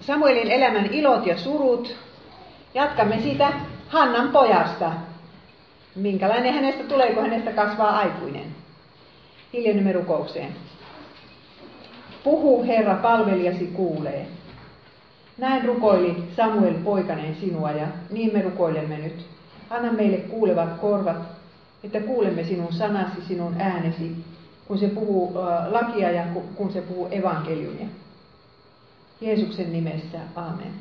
Samuelin elämän ilot ja surut. Jatkamme siitä Hannan pojasta. Minkälainen hänestä tulee, kun hänestä kasvaa aikuinen. Hiljennymme rukoukseen. Puhu, Herra, palvelijasi kuulee. Näin rukoili Samuel poikanen sinua, ja niin me rukoilemme nyt. Anna meille kuulevat korvat, että kuulemme sinun sanasi, sinun äänesi, kun se puhuu lakia ja kun se puhuu evankeliumia. Jeesuksen nimessä, aamen.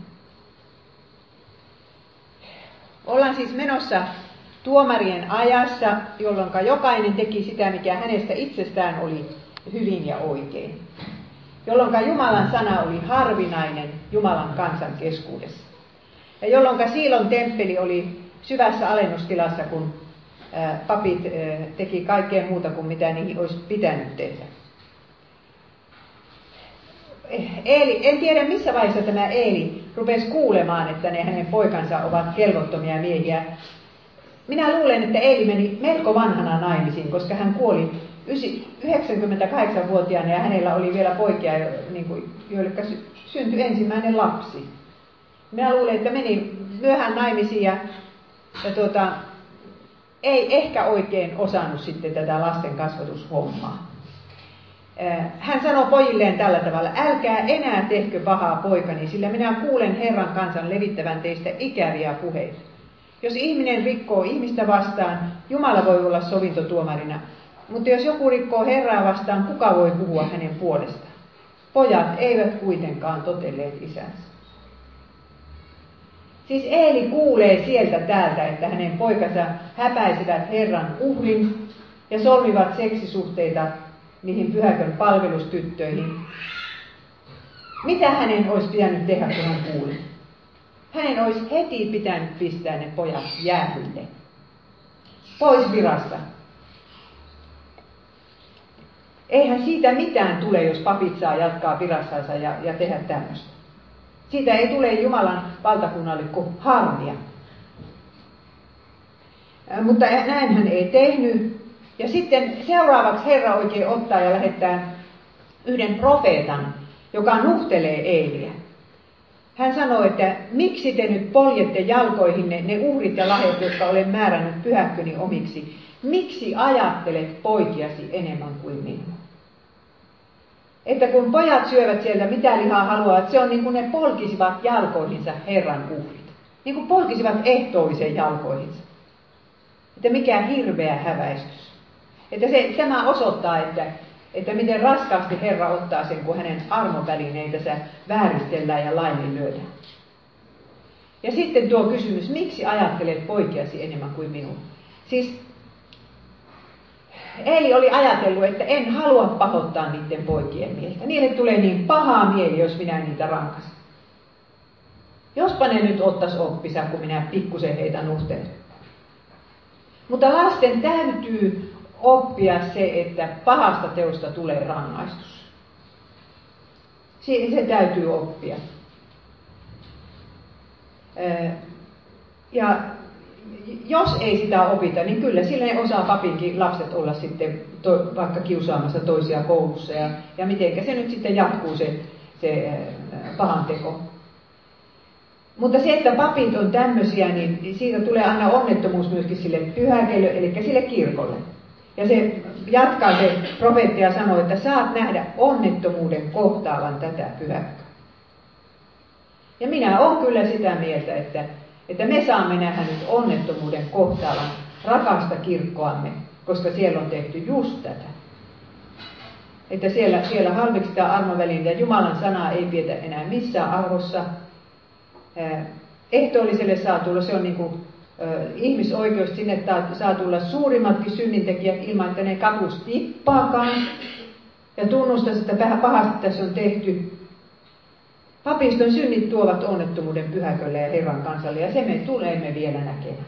Ollaan siis menossa tuomarien ajassa, jolloin jokainen teki sitä, mikä hänestä itsestään oli hyvin ja oikein. Jolloin Jumalan sana oli harvinainen Jumalan kansan keskuudessa. Ja jolloin Siilon temppeli oli syvässä alennustilassa, kun papit teki kaikkea muuta kuin mitä niihin olisi pitänyt tehdä. Eeli, en tiedä missä vaiheessa tämä Eeli rupesi kuulemaan, että ne hänen poikansa ovat kelvottomia miehiä. Minä luulen, että Eeli meni melko vanhana naimisiin, koska hän kuoli 98-vuotiaana ja hänellä oli vielä poikia, joille syntyi ensimmäinen lapsi. Minä luulen, että meni myöhään naimisiin ja ei ehkä oikein osannut sitten tätä lasten kasvatushommaa. Hän sanoi pojilleen tällä tavalla: älkää enää tehkö pahaa, poikani, sillä minä kuulen Herran kansan levittävän teistä ikäviä puheita. Jos ihminen rikkoo ihmistä vastaan, Jumala voi olla sovintotuomarina. Mutta jos joku rikkoo Herraa vastaan, kuka voi puhua hänen puolestaan? Pojat eivät kuitenkaan totelleet isänsä. Siis Eeli kuulee sieltä täältä, että hänen poikansa häpäisivät Herran uhrin ja solmivat seksisuhteita niihin pyhäkön palvelustyttöihin. Mitä hänen olisi pitänyt tehdä, kun hän kuuli? Hänen olisi heti pitänyt pistää ne pojat jäähylle. Pois virasta. Eihän siitä mitään tule, jos papit saa jatkaa virassansa ja tehdä tämmöistä. Siitä ei tule Jumalan valtakunnalle kuin harmia. Mutta näin hän ei tehnyt. Ja sitten seuraavaksi Herra oikein ottaa ja lähettää yhden profeetan, joka nuhtelee Eeliä. Hän sanoo, että miksi te nyt poljette jalkoihinne ne uhrit ja lahjat, jotka olen määrännyt pyhäkköni omiksi? Miksi ajattelet poikiasi enemmän kuin minua? Että kun pojat syövät sieltä mitä lihaa haluavat, se on niin kuin ne polkisivat jalkoihinsa Herran uhrit. Niin kuin polkisivat ehtoollisen jalkoihinsa. Että mikä hirveä häväistys. Että tämä osoittaa, että miten raskaasti Herra ottaa sen, kun hänen armovälineitänsä vääristellään ja laiminlyödään. Ja sitten tuo kysymys, miksi ajattelet poikiasi enemmän kuin minua? Siis Eeli oli ajatellut, että en halua pahoittaa niiden poikien mieltä. Niille tulee niin pahaa mieli, jos minä niitä rankasen. Jospa ne nyt ottais oppisa, kun minä pikkusen heitä nuhtelen. Mutta lasten täytyy oppia se, että pahasta teosta tulee rangaistus. Se täytyy oppia. Ja jos ei sitä opita, niin kyllä sillä ne osaa papinkin lapset olla sitten vaikka kiusaamassa toisia koulussa. Ja mitenkä se nyt sitten jatkuu se pahan teko. Mutta se, että papit on tämmöisiä, niin siitä tulee aina onnettomuus myöskin sille pyhäkölle, eli sille kirkolle. Ja se jatkaa se profeetti ja sanoo, että saat nähdä onnettomuuden kohtaavan tätä pyhäkköä. Ja minä olen kyllä sitä mieltä, että me saamme nähdä nyt onnettomuuden kohtaavan rakasta kirkkoamme, koska siellä on tehty just tätä. Että siellä halveksitaan armovälineitä ja Jumalan sanaa ei pidetä enää missään arvossa. Ehtoolliselle saa tulla, se on niin kuin ihmisoikeus, sinne saa tulla suurimmatkin synnintekijät ilman, että ne katus tippaakaan ja tunnustaisi, että pahasti tässä on tehty. Papiston synnit tuovat onnettomuuden pyhäkölle ja Herran kansalle, ja se me tulemme vielä näkemään.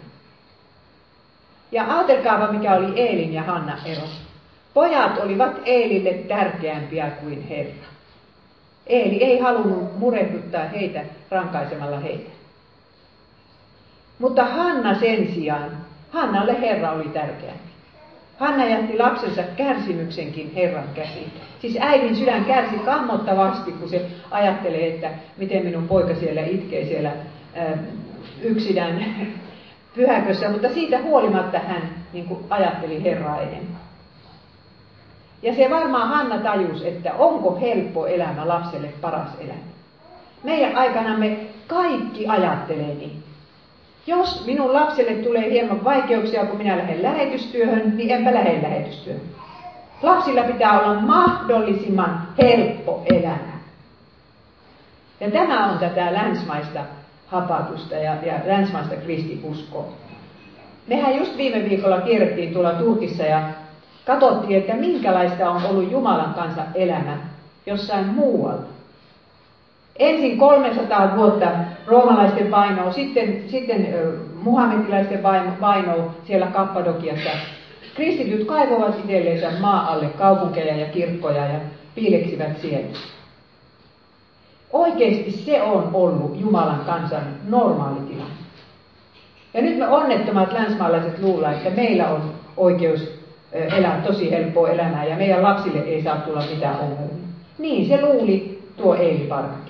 Ja ajatelkaapa, mikä oli Eelin ja Hannan ero. Pojat olivat Eelille tärkeämpiä kuin Herra. Eeli ei halunnut murehduttaa heitä rankaisemalla heitä. Mutta Hanna sen sijaan, Hannalle Herra oli tärkeämpi. Hanna jätti lapsensa kärsimyksenkin Herran käsiin. Siis äidin sydän kärsi kammottavasti, kun se ajattelee, että miten minun poika siellä itkee siellä yksinään pyhäkössä. Mutta siitä huolimatta hän niin kuin ajatteli Herraa enemmän. Ja se varmaan Hanna tajusi, että onko helppo elämä lapselle paras elämä. Meidän aikanamme kaikki ajattelee niin. Jos minun lapselle tulee hieman vaikeuksia, kun minä lähden lähetystyöhön, niin enpä lähde lähetystyöhön. Lapsilla pitää olla mahdollisimman helppo elämä. Ja tämä on tätä länsimaista hapatusta ja länsimaista kristiuskoa. Mehän just viime viikolla kierrettiin tuolla Turkissa ja katsottiin, että minkälaista on ollut Jumalan kanssa elämä jossain muualla. Ensin 300 vuotta roomalaisten vainoa, sitten muhammedilaisten vainoa siellä Kappadokiassa. Kristityt kaivoivat itselleensä maa alle kaupunkeja ja kirkkoja ja piileksivät siellä. Oikeasti se on ollut Jumalan kansan normaali tilanne. Ja nyt me onnettomat länsimaalaiset luullaan, että meillä on oikeus elää tosi helppoa elämää ja meidän lapsille ei saa tulla mitään ongelmia. Niin se luuli tuo Eeli Parkki.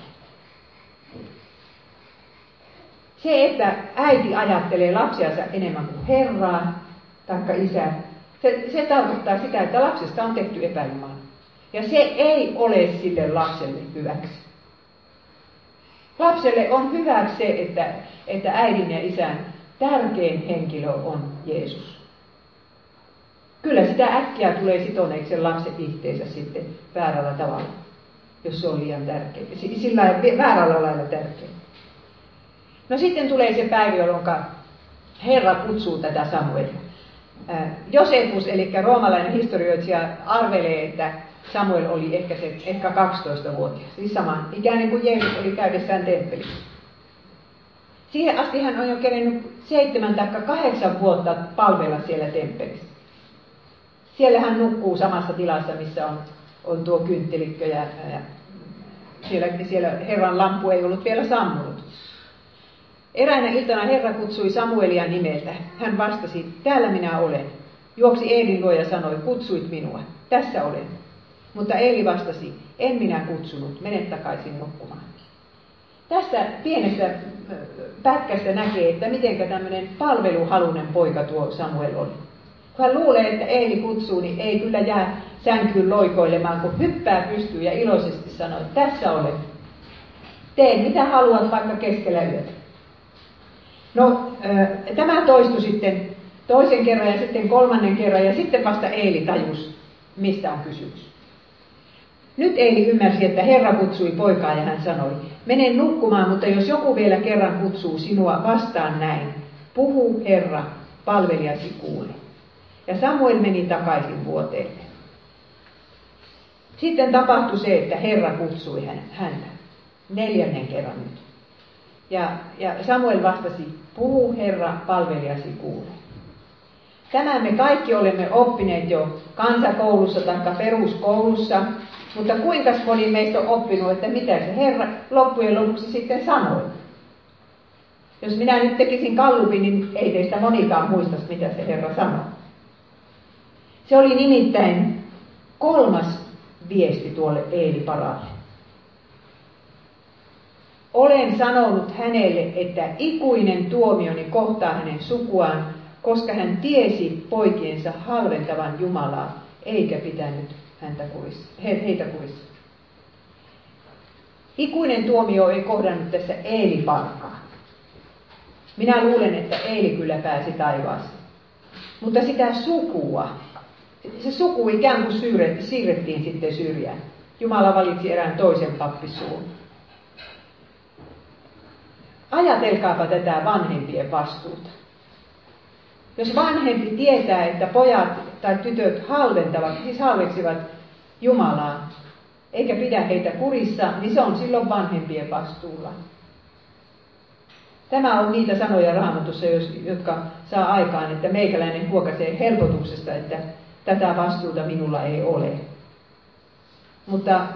Se, että äiti ajattelee lapsiansa enemmän kuin Herraa, taikka isää, se tarkoittaa sitä, että lapsesta on tehty epäjumala. Ja se ei ole sille lapselle hyväksi. Lapselle on hyväksi se, että äidin ja isän tärkein henkilö on Jeesus. Kyllä sitä äkkiä tulee sitoneeksi sen lapsen itteensä sitten väärällä tavalla, jos se on liian tärkeä. Sillä väärällä lailla tärkeä. No sitten tulee se päivä, jolloin Herra kutsuu tätä Samuelia. Josefus, eli roomalainen historioitsija, arvelee, että Samuel oli ehkä 12-vuotias. Siis saman ikäinen kuin Jeesus oli käydessään temppelissä. Siihen asti hän on jo kerennyt 7 tai 8 vuotta palvella siellä temppelissä. Siellä hän nukkuu samassa tilassa, missä on tuo kynttelikkö ja siellä Herran lampu ei ollut vielä sammunut. Eräänä iltana Herra kutsui Samuelia nimeltä. Hän vastasi, täällä minä olen. Juoksi Eelin luo ja sanoi, kutsuit minua. Tässä olen. Mutta Eeli vastasi, en minä kutsunut, mene takaisin nukkumaan. Tästä pienestä pätkästä näkee, että miten tämmöinen palveluhalunen poika tuo Samuel oli. Kun hän luulee, että Eeli kutsuu, niin ei kyllä jää sänkyyn loikoilemaan, kun hyppää pystyy ja iloisesti sanoo, että tässä olen. Tee mitä haluat vaikka keskellä yötä. No, tämä toistui sitten toisen kerran ja sitten 3. kerran ja sitten vasta Eeli tajusi, mistä on kysymys. Nyt Eeli ymmärsi, että Herra kutsui poikaa ja hän sanoi, mene nukkumaan, mutta jos joku vielä kerran kutsuu sinua vastaan näin, puhu Herra, palvelijasi kuule. Ja Samuel meni takaisin vuoteelle. Sitten tapahtui se, että Herra kutsui häntä 4. kerran nyt. Ja Samuel vastasi, puhu Herra, palvelijasi kuule. Tämän me kaikki olemme oppineet jo kansakoulussa tai peruskoulussa, mutta kuinka moni meistä on oppinut, että mitä se Herra loppujen lopuksi sitten sanoi? Jos minä nyt tekisin gallupin, niin ei teistä monikaan muista, mitä se Herra sanoi. Se oli nimittäin 3. viesti tuolle Eeli Paralle. Olen sanonut hänelle, että ikuinen tuomioni kohtaa hänen sukuaan, koska hän tiesi poikiensa halventavan Jumalaa, eikä pitänyt heitä kurissa. Ikuinen tuomio ei kohdannut tässä Eeli Parkkaa. Minä luulen, että Eeli kyllä pääsi taivaaseen. Mutta sitä sukua, se suku ikään kuin siirrettiin sitten syrjään. Jumala valitsi erään toisen pappisuun. Ajatelkaapa tätä vanhempien vastuuta. Jos vanhempi tietää, että pojat tai tytöt halveksivat Jumalaa, eikä pidä heitä kurissa, niin se on silloin vanhempien vastuulla. Tämä on niitä sanoja Raamatussa, jotka saa aikaan, että meikäläinen huokaisee helpotuksesta, että tätä vastuuta minulla ei ole. Mutta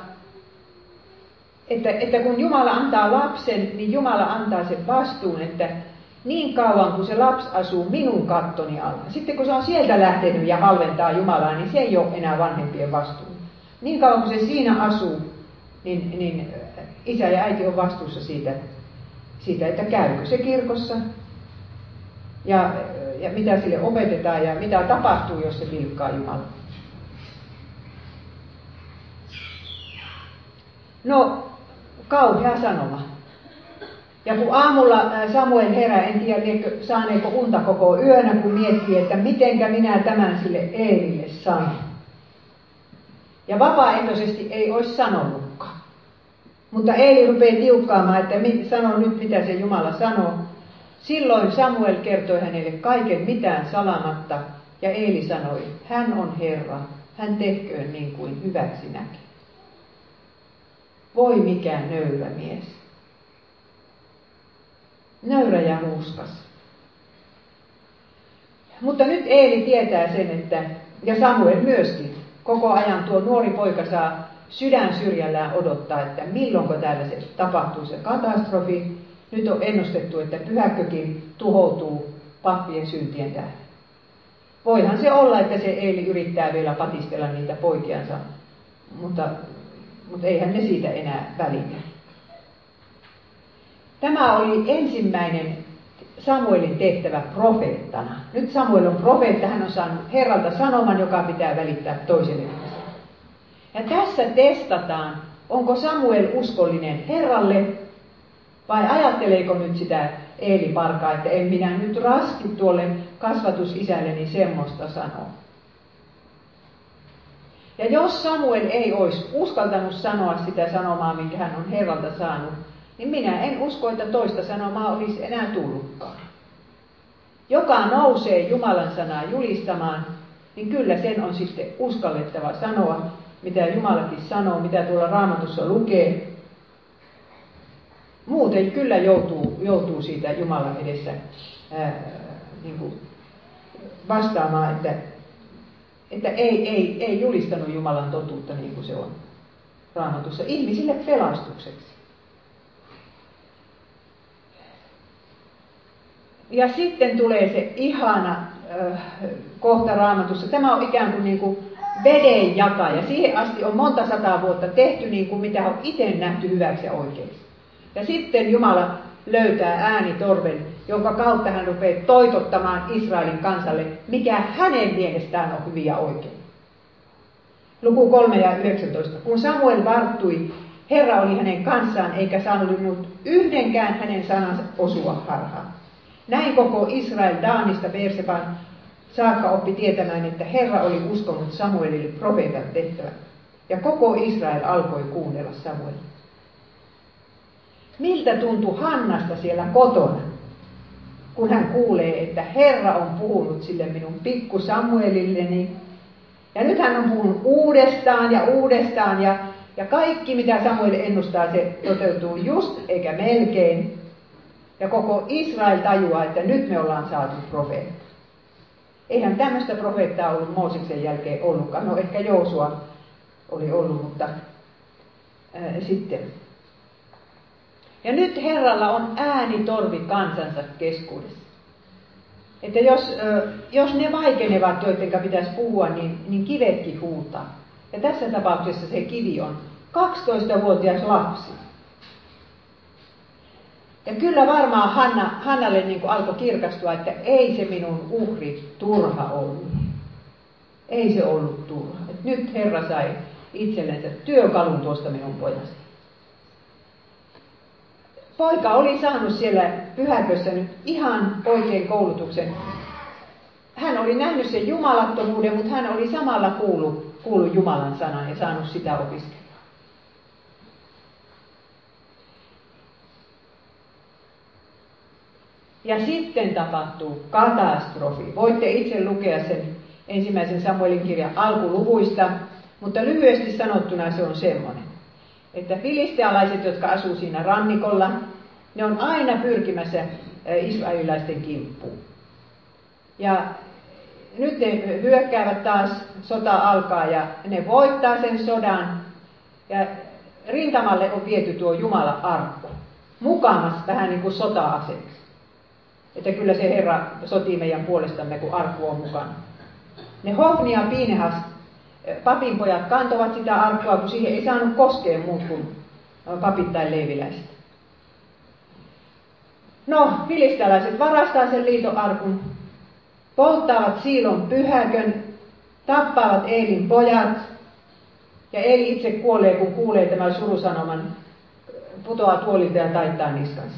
että kun Jumala antaa lapsen, niin Jumala antaa sen vastuun, että niin kauan kun se lapsi asuu minun kattoni alla. Sitten kun se on sieltä lähtenyt ja halventaa Jumalaa, niin se ei ole enää vanhempien vastuulla. Niin kauan kun se siinä asuu, niin isä ja äiti on vastuussa siitä, että käykö se kirkossa ja mitä sille opetetaan ja mitä tapahtuu, jos se pilkkaa Jumalaa. No, kauhea sanoma. Ja kun aamulla Samuel herää, en tiedä saaneeko unta koko yönä, kun miettii, että mitenkä minä tämän sille Eelille sanon. Ja vapaaehtoisesti ei olisi sanonutkaan. Mutta Eeli rupeaa tiukkaamaan, että sano nyt mitä se Jumala sanoo. Silloin Samuel kertoi hänelle kaiken mitään salamatta, ja Eeli sanoi, hän on Herra, hän tehköön niin kuin hyväksi näkee. Voi mikä nöyrä mies. Nöyrä ja huuskas. Mutta nyt Eeli tietää sen, ja Samuel myöskin, koko ajan tuo nuori poika saa sydän syrjällään odottaa, että milloinko täällä se tapahtuu se katastrofi. Nyt on ennustettu, että pyhäkkökin tuhoutuu pappien syntien tähden. Voihan se olla, että se Eeli yrittää vielä patistella niitä poikiansa, mutta eihän ne siitä enää välitä. Tämä oli ensimmäinen Samuelin tehtävä profeettana. Nyt Samuel on profeetta, hän on saanut Herralta sanoman, joka pitää välittää toiselle ihmiselle. Ja tässä testataan, onko Samuel uskollinen Herralle vai ajatteleeko nyt sitä Eeli parkaa, että en minä nyt raski tuolle kasvatusisälleni semmoista sanoa. Ja jos Samuel ei olisi uskaltanut sanoa sitä sanomaa, minkä hän on Herralta saanut, niin minä en usko, että toista sanomaa olisi enää tullutkaan. Joka nousee Jumalan sanaa julistamaan, niin kyllä sen on sitten uskallettava sanoa, mitä Jumalakin sanoo, mitä tuolla Raamatussa lukee. Muuten kyllä joutuu siitä Jumalan edessä vastaamaan, että ei julistanut Jumalan totuutta niin kuin se on Raamatussa ihmisille pelastukseksi. Ja sitten tulee se ihana kohta Raamatussa. Tämä on ikään kuin vedenjakaja. Siihen asti on monta sataa vuotta tehty niin kuin mitä on itse nähty hyväksi ja oikeaksi. Ja sitten Jumala löytää äänitorven, jonka kautta hän rupeaa toitottamaan Israelin kansalle, mikä hänen mielestään on hyvin ja oikein. Luku 3 ja 19. Kun Samuel varttui, Herra oli hänen kanssaan, eikä saanut yhdenkään hänen sanansa osua harhaan. Näin koko Israel Daanista Beerseban saakka oppi tietämään, että Herra oli uskonut Samuelille profeetan tehtävän. Ja koko Israel alkoi kuunnella Samuelia. Miltä tuntui Hannasta siellä kotona, kun hän kuulee, että Herra on puhunut sille minun pikku Samuelilleni. Ja nyt hän on puhunut uudestaan ja uudestaan ja kaikki mitä Samuel ennustaa, se toteutuu just eikä melkein. Ja koko Israel tajuaa, että nyt me ollaan saatu profeetta. Eihän tämmöistä profeettaa ollut Mooseksen jälkeen ollutkaan. No ehkä Joosua oli ollut, mutta sitten. Ja nyt Herralla on äänitorvi kansansa keskuudessa. Että jos ne vaikenevat, joiden pitäisi puhua, niin kivetkin huutaa. Ja tässä tapauksessa se kivi on 12-vuotias lapsi. Ja kyllä varmaan Hannalle alkoi kirkastua, että ei se minun uhri turha ollut. Ei se ollut turha. Et nyt Herra sai itsellensä työkalun tuosta minun pojasta. Poika oli saanut siellä pyhäkössä nyt ihan oikein koulutuksen. Hän oli nähnyt sen jumalattomuuden, mutta hän oli samalla kuullut Jumalan sanan ja saanut sitä opiskella. Ja sitten tapahtuu katastrofi. Voitte itse lukea sen ensimmäisen Samuelin kirjan alkuluvuista, mutta lyhyesti sanottuna se on semmoinen, että filistealaiset, jotka asuu siinä rannikolla, ne on aina pyrkimässä israelilaisten kimppuun. Ja nyt ne hyökkäävät taas, sota alkaa ja ne voittaa sen sodan. Ja rintamalle on viety tuo Jumalan arkku, mukamas vähän niin kuin sota-aseeksi. että kyllä se Herra sotii meidän puolestamme, kun arkku on mukana. Ne Hofni ja Piinehas, papinpojat, kantovat sitä arkkua, kun siihen ei saanut koskea muut kuin papit tai leiviläiset. No, filistealaiset varastaa sen liitoarkun, polttavat Siilon pyhäkön, tappaavat Eelin pojat, ja Eeli itse kuolee, kun kuulee tämän surusanoman, putoaa tuolilta ja taittaa niskansa.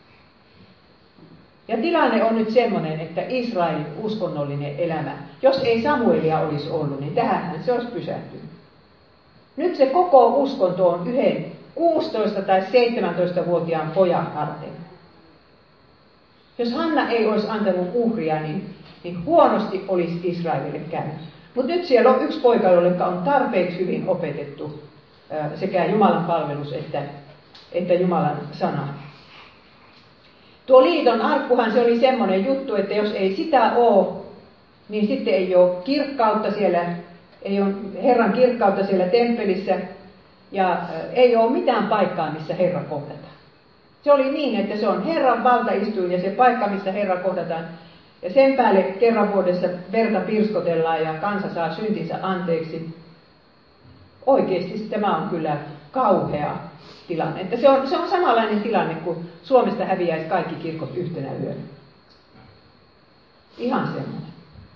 Ja tilanne on nyt semmoinen, että Israelin uskonnollinen elämä, jos ei Samuelia olisi ollut, niin tähänhän se olisi pysähtynyt. Nyt se koko uskonto on yhden 16- tai 17-vuotiaan pojan harteilla. Jos Hanna ei olisi antanut uhria, niin huonosti olisi Israelille käynyt. Mutta nyt siellä on yksi poika, jolle on tarpeeksi hyvin opetettu sekä Jumalan palvelus että Jumalan sana. Tuo liiton arkkuhan se oli semmoinen juttu, että jos ei sitä ole, niin sitten ei ole kirkkautta siellä, ei ole Herran kirkkautta siellä temppelissä ja ei ole mitään paikkaa, missä Herra kohdataan. Se oli niin, että se on Herran valtaistuin ja se paikka, missä Herra kohdataan. Ja sen päälle kerran vuodessa verta pirskotellaan ja kansa saa syntinsä anteeksi. Oikeasti tämä on kyllä kauhea tilanne. Että se on samanlainen tilanne, kun Suomesta häviäisi kaikki kirkot yhtenä yönä. Ihan semmoinen.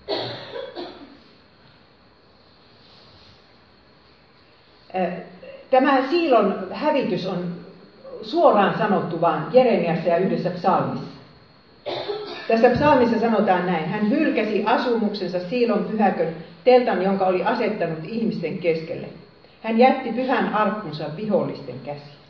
Tämä Siilon hävitys on suoraan sanottu vaan Jeremiassa ja yhdessä psalmissa. Tässä psalmissa sanotaan näin. Hän hylkäsi asumuksensa Siilon pyhäkön teltan, jonka oli asettanut ihmisten keskelle. Hän jätti pyhän arkkunsa vihollisten käsiin.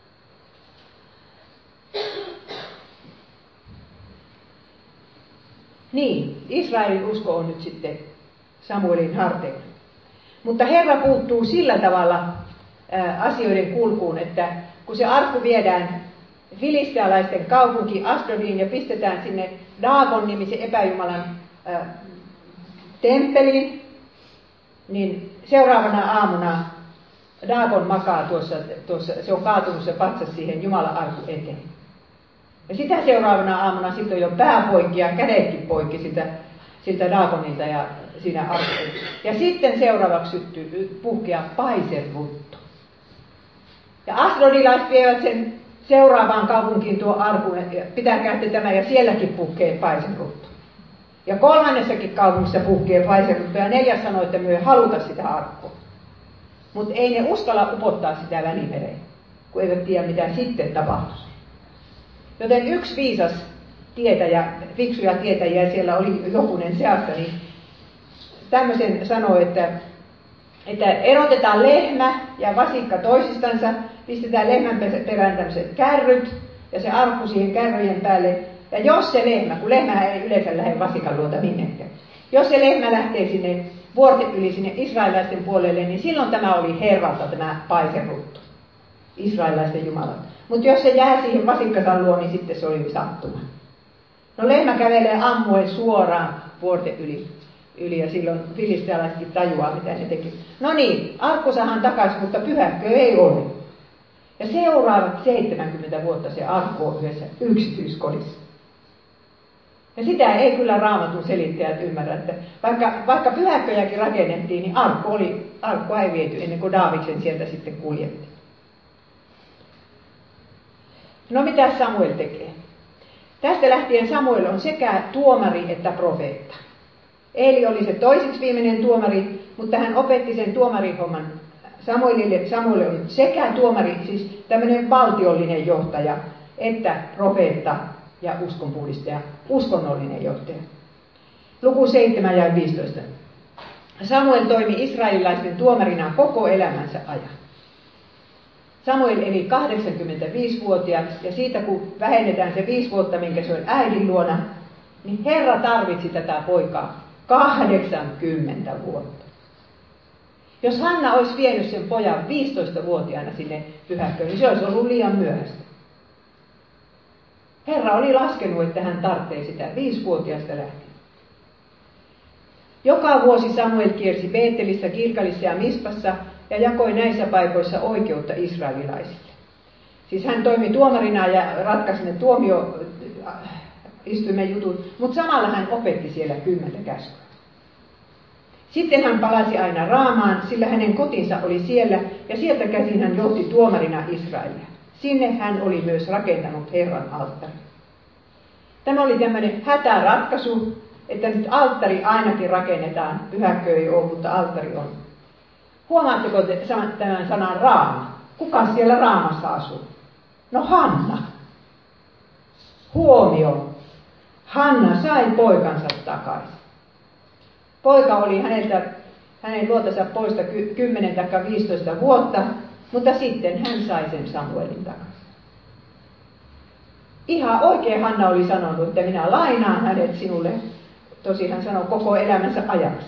Niin, Israelin usko on nyt sitten Samuelin harteilla. Mutta Herra puuttuu sillä tavalla asioiden kulkuun, että kun se arkku viedään filistealaisten kaupunki Asdodiin ja pistetään sinne Daagon nimisen epäjumalan temppeliin, niin seuraavana aamuna Daagon makaa tuossa, se on kaatunut se patsas siihen Jumalan arkun eteen. Ja sitä seuraavana aamuna sitten on jo pää poikki ja kädetkin poikki siltä Daagonilta ja siinä arkussa. Ja sitten seuraavaksi puhkea paiserutto. Ja asdodilaiset vievät sen seuraavaan kaupunkiin tuo arkun, ja pitäkää tämä, ja sielläkin puhkee paiserutto. Ja kolmannessakin kaupungissa puhkee paiserutto, ja 4. sanoo, että me ei haluta sitä arkua. Mutta ei ne uskalla upottaa sitä Välimereen, kun eivät tiedä mitä sitten tapahtuisi. Joten yksi viisas tietäjä, fiksuja tietäjiä, siellä oli jokunen seassa, niin tämmöisen sanoi, että erotetaan lehmä ja vasikka toisistansa, pistetään lehmän perään tämmöiset kärryt ja se arkku siihen kärryjen päälle. Ja jos se lehmä, kun lehmä ei yleensä lähde vasikan luota minnekään, jos se lehmä lähtee sinne vuorten yli sinne israelilaisten puolelle, niin silloin tämä oli Herralta tämä paiserutto, israelilaisten jumalat. Mutta jos se jää siihen vasikkansa luo, niin sitten se oli sattuma. No lehmä kävelee ammuen suoraan vuorten yli ja silloin filistealaisetkin tajuaa, mitä ne teki. No niin, arkku saadaan takaisin, mutta pyhäkkö ei ole. Ja seuraavat 70 vuotta se arkku on yhdessä yksityiskodissa. Ja sitä ei kyllä Raamatun selittäjät ymmärrä, että vaikka pyhäkköjäkin rakennettiin, niin arkkua ei viety ennen kuin Daaviksen sieltä sitten kuljetti. No mitä Samuel tekee? Tästä lähtien Samuel on sekä tuomari että profeetta. Eeli oli se toiseksi viimeinen tuomari, mutta hän opetti sen tuomarihomman Samuelille. Samuel oli sekä tuomari, siis tämmöinen valtiollinen johtaja, että profeetta ja uskonpuhdistaja, uskonnollinen johtaja. Luku 7 ja 15. Samuel toimi israelilaisten tuomarina koko elämänsä ajan. Samuel eli 85-vuotiaaksi ja siitä kun vähennetään se 5 vuotta, minkä se oli äidin luona, niin Herra tarvitsi tätä poikaa 80 vuotta. Jos Hanna olisi vienyt sen pojan 15-vuotiaana sinne pyhäkköön, niin se olisi ollut liian myöhäistä. Herra oli laskenut, että hän tarvitsee sitä 5-vuotiaasta lähtien. Joka vuosi Samuel kiersi Beetelissä, Gilgalissa ja Mispassa ja jakoi näissä paikoissa oikeutta israelilaisille. Siis hän toimi tuomarina ja ratkaisi ne tuomioistuimen jutut, mutta samalla hän opetti siellä 10 käskyä. Sitten hän palasi aina Raamaan, sillä hänen kotinsa oli siellä, ja sieltä käsin hän johti tuomarina Israelia. Sinne hän oli myös rakentanut Herran alttarin. Tämä oli tämmöinen hätäratkaisu, että nyt alttari ainakin rakennetaan. Pyhäkkö ei ole, mutta alttari on. Huomaatteko tämän sanan Raama? Kuka siellä Raamassa asuu? No Hanna. Huomio. Hanna sai poikansa takaisin. Poika oli hänen luotansa poista 10 tai 15 vuotta, mutta sitten hän sai sen Samuelin takaisin. Ihan oikein Hanna oli sanonut, että minä lainaan hänet sinulle. Tosi hän sanoi koko elämänsä ajaksi.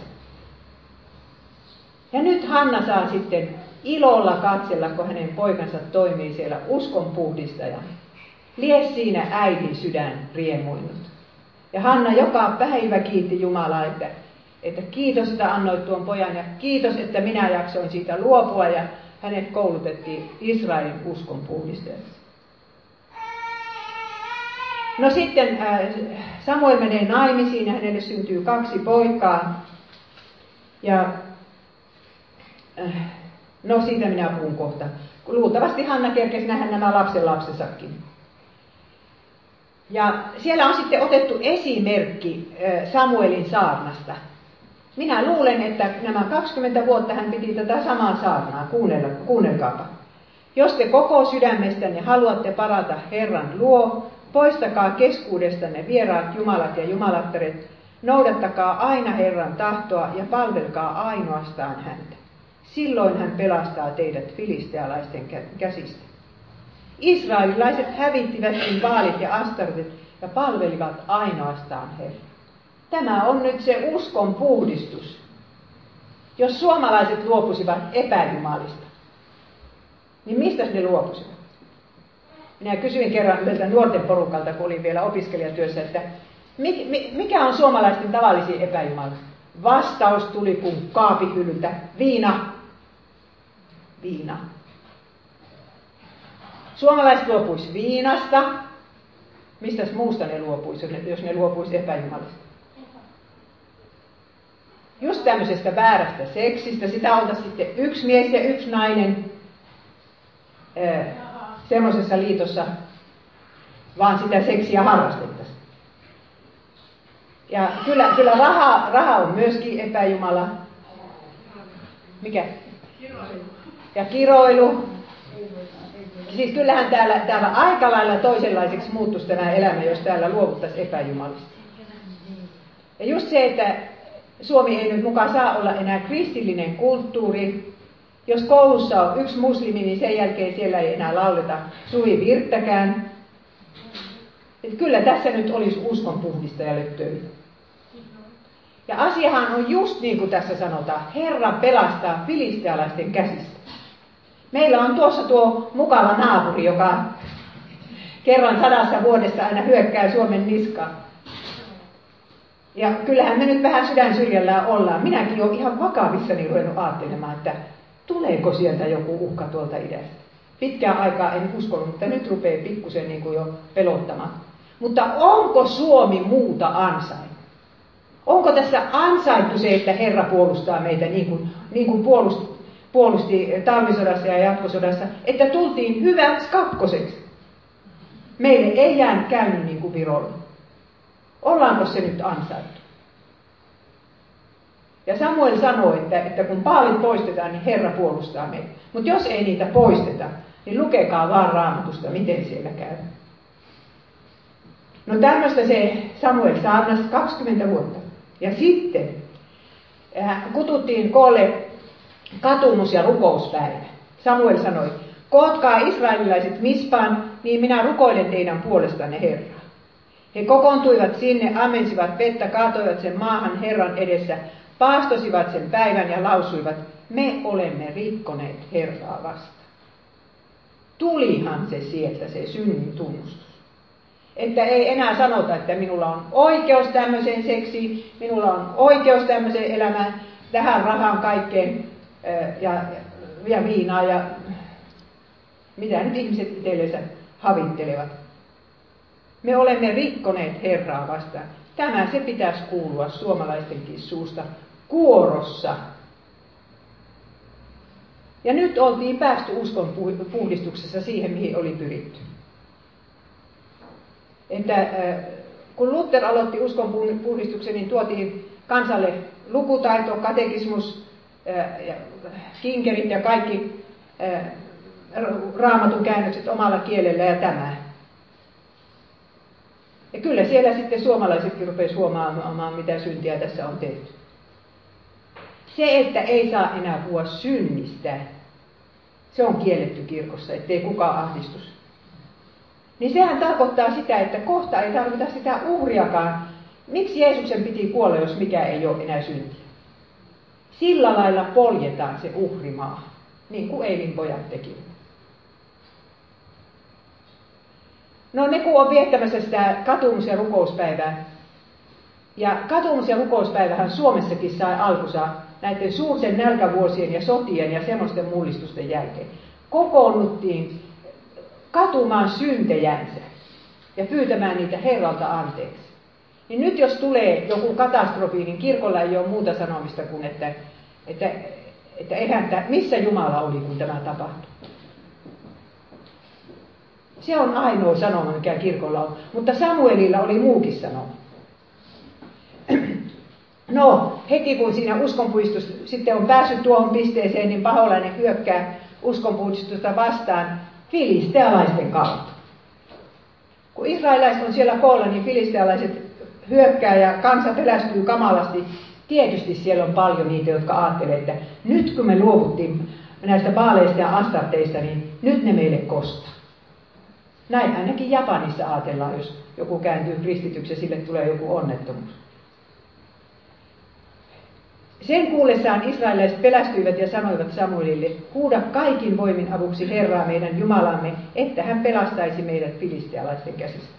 Ja nyt Hanna saa sitten ilolla katsella, kun hänen poikansa toimii siellä uskonpuhdistajana. Lie siinä äidin sydän riemuinut. Ja Hanna joka päivä kiitti Jumalaa, että kiitos, että annoit tuon pojan ja kiitos, että minä jaksoin siitä luopua ja hänet koulutettiin Israelin uskonpuhdistajaksi. No sitten Samuel menee naimisiin ja hänelle syntyy 2 poikaa. Ja no siitä minä puhun kohta. Luultavasti Hanna kerkesi nähdä nämä lapsenlapsensakin. Ja siellä on sitten otettu esimerkki Samuelin saarnasta. Minä luulen, että nämä 20 vuotta hän piti tätä samaa saarnaa. Kuunnelkaapa. Jos te koko sydämestänne haluatte palata Herran luo, poistakaa keskuudestanne vieraat jumalat ja jumalattaret, noudattakaa aina Herran tahtoa ja palvelkaa ainoastaan häntä. Silloin hän pelastaa teidät filistealaisten käsistä. Israelilaiset hävittivätkin Baalit ja Astartet ja palvelivat ainoastaan Herraa. Tämä on nyt se uskon puhdistus. Jos suomalaiset luopuisivat epäjumalista, niin mistä ne luopuisivat? Minä kysyin kerran yhdeltä nuorten porukalta, kun olin vielä opiskelijatyössä, että mikä on suomalaisten tavallisin epäjumala? Vastaus tuli kuin kaapihyllyltä. Viina. Viina. Suomalaiset luopuisi viinasta. Mistäs muusta ne luopuisi, jos ne luopuisi epäjumalista? Just tämmöisestä väärästä seksistä. Sitä oltaisiin sitten 1 mies ja 1 nainen semmoisessa liitossa, vaan sitä seksiä harrastettaisiin. Ja kyllä raha on myöskin epäjumala. Mikä? Ja kiroilu. Siis kyllähän täällä aika lailla toisenlaiseksi muuttuisi tämä elämä, jos täällä luovuttaisiin epäjumalista. Ja just se, että Suomi ei nyt mukaan saa olla enää kristillinen kulttuuri. Jos koulussa on 1 muslimi, niin sen jälkeen siellä ei enää lauleta suvivirttäkään. Että kyllä tässä nyt olisi uskonpuhdistajalle töitä. Ja asiahan on just niin kuin tässä sanotaan, Herra pelastaa filistealaisten käsistä. Meillä on tuossa tuo mukava naapuri, joka kerran 100 vuodessa aina hyökkää Suomen niskaan. Ja kyllähän me nyt vähän sydän syrjällään ollaan. Minäkin olen ihan vakavissani ruvennut ajattelemaan, että tuleeko sieltä joku uhka tuolta idästä. Pitkään aikaa en uskonut, mutta nyt rupeaa pikkusen niin kuin jo pelottamaan. Mutta onko Suomi muuta ansainnut? Onko tässä ansaittu se, että Herra puolustaa meitä niin kuin puolusti talvisodassa ja jatkosodassa, että tultiin hyväksi kakkoseksi? Meille ei jäänyt käynyt niin kuin Virolle. Ollaanko se nyt ansaittu? Ja Samuel sanoi, että kun Baalit poistetaan, niin Herra puolustaa meitä. Mutta jos ei niitä poisteta, niin lukekaa vaan Raamatusta, miten siellä käy. No tämmöistä se Samuel saarnasi 20 vuotta. Ja sitten kututtiin koolle katumus- ja rukouspäivä. Samuel sanoi, kootkaa israelilaiset Mispaan, niin minä rukoilen teidän puolestanne Herraa. He kokoontuivat sinne, ammensivat vettä, kaatoivat sen maahan Herran edessä, paastosivat sen päivän ja lausuivat, me olemme rikkoneet Herraa vastaan. Tulihan se sieltä, se synnin tunnustus. Että ei enää sanota, että minulla on oikeus tämmöiseen seksiin, minulla on oikeus tämmöiseen elämään, tähän rahaan kaikkeen ja viinaa ja mitä nyt ihmiset itsellensä havittelevat. Me olemme rikkoneet Herraa vastaan. Tämä se pitäisi kuulua suomalaistenkin suusta kuorossa. Ja nyt oltiin päästy uskon puhdistuksessa siihen, mihin oli pyritty. Että kun Luther aloitti uskon puhdistuksen, niin tuotiin kansalle lukutaito, katekismus, ja kinkerit ja kaikki raamatun käännökset omalla kielellä ja tämä. Ja kyllä siellä sitten suomalaisetkin rupesivat huomaamaan, mitä syntiä tässä on tehty. Se, että ei saa enää puhua synnistä, se on kielletty kirkossa, ettei kukaan ahdistus. Niin sehän tarkoittaa sitä, että kohta ei tarvita sitä uhriakaan. Miksi Jeesuksen piti kuolla, jos mikä ei ole enää syntiä? Sillä lailla poljetaan se uhrimaa, niin kuin Eilin pojat tekivät. No ne kun on viettämässä sitä katumus- ja rukouspäivää. Ja katumus- ja rukouspäivähän Suomessakin sai alkunsa näiden suurten nälkävuosien ja sotien ja semmoisten mullistusten jälkeen. Kokoonnuttiin katumaan syntejänsä ja pyytämään niitä Herralta anteeksi. Niin nyt jos tulee joku katastrofi, niin kirkolla ei ole muuta sanomista kuin, että missä Jumala oli, kun tämä tapahtui. Se on ainoa sanoma, mikä kirkolla on. Mutta Samuelilla oli muukin sanoma. No, heti kun siinä uskonpuistus sitten on päässyt tuohon pisteeseen, niin paholainen hyökkää uskonpuistusta vastaan filistealaisten kautta. Kun israelaiset on siellä koolla, niin filistealaiset hyökkää ja kansa pelästyy kamalasti. Tietysti siellä on paljon niitä, jotka ajattelee, että nyt kun me luovuttiin näistä baaleista ja astarteista, niin nyt ne meille kostaa. Näin ainakin Japanissa ajatellaan, jos joku kääntyy kristityksi ja sille tulee joku onnettomuus. Sen kuullessaan israelilaiset pelästyivät ja sanoivat Samuelille, huuda kaikin voimin avuksi Herraa meidän Jumalamme, että hän pelastaisi meidät filistealaisten käsistä.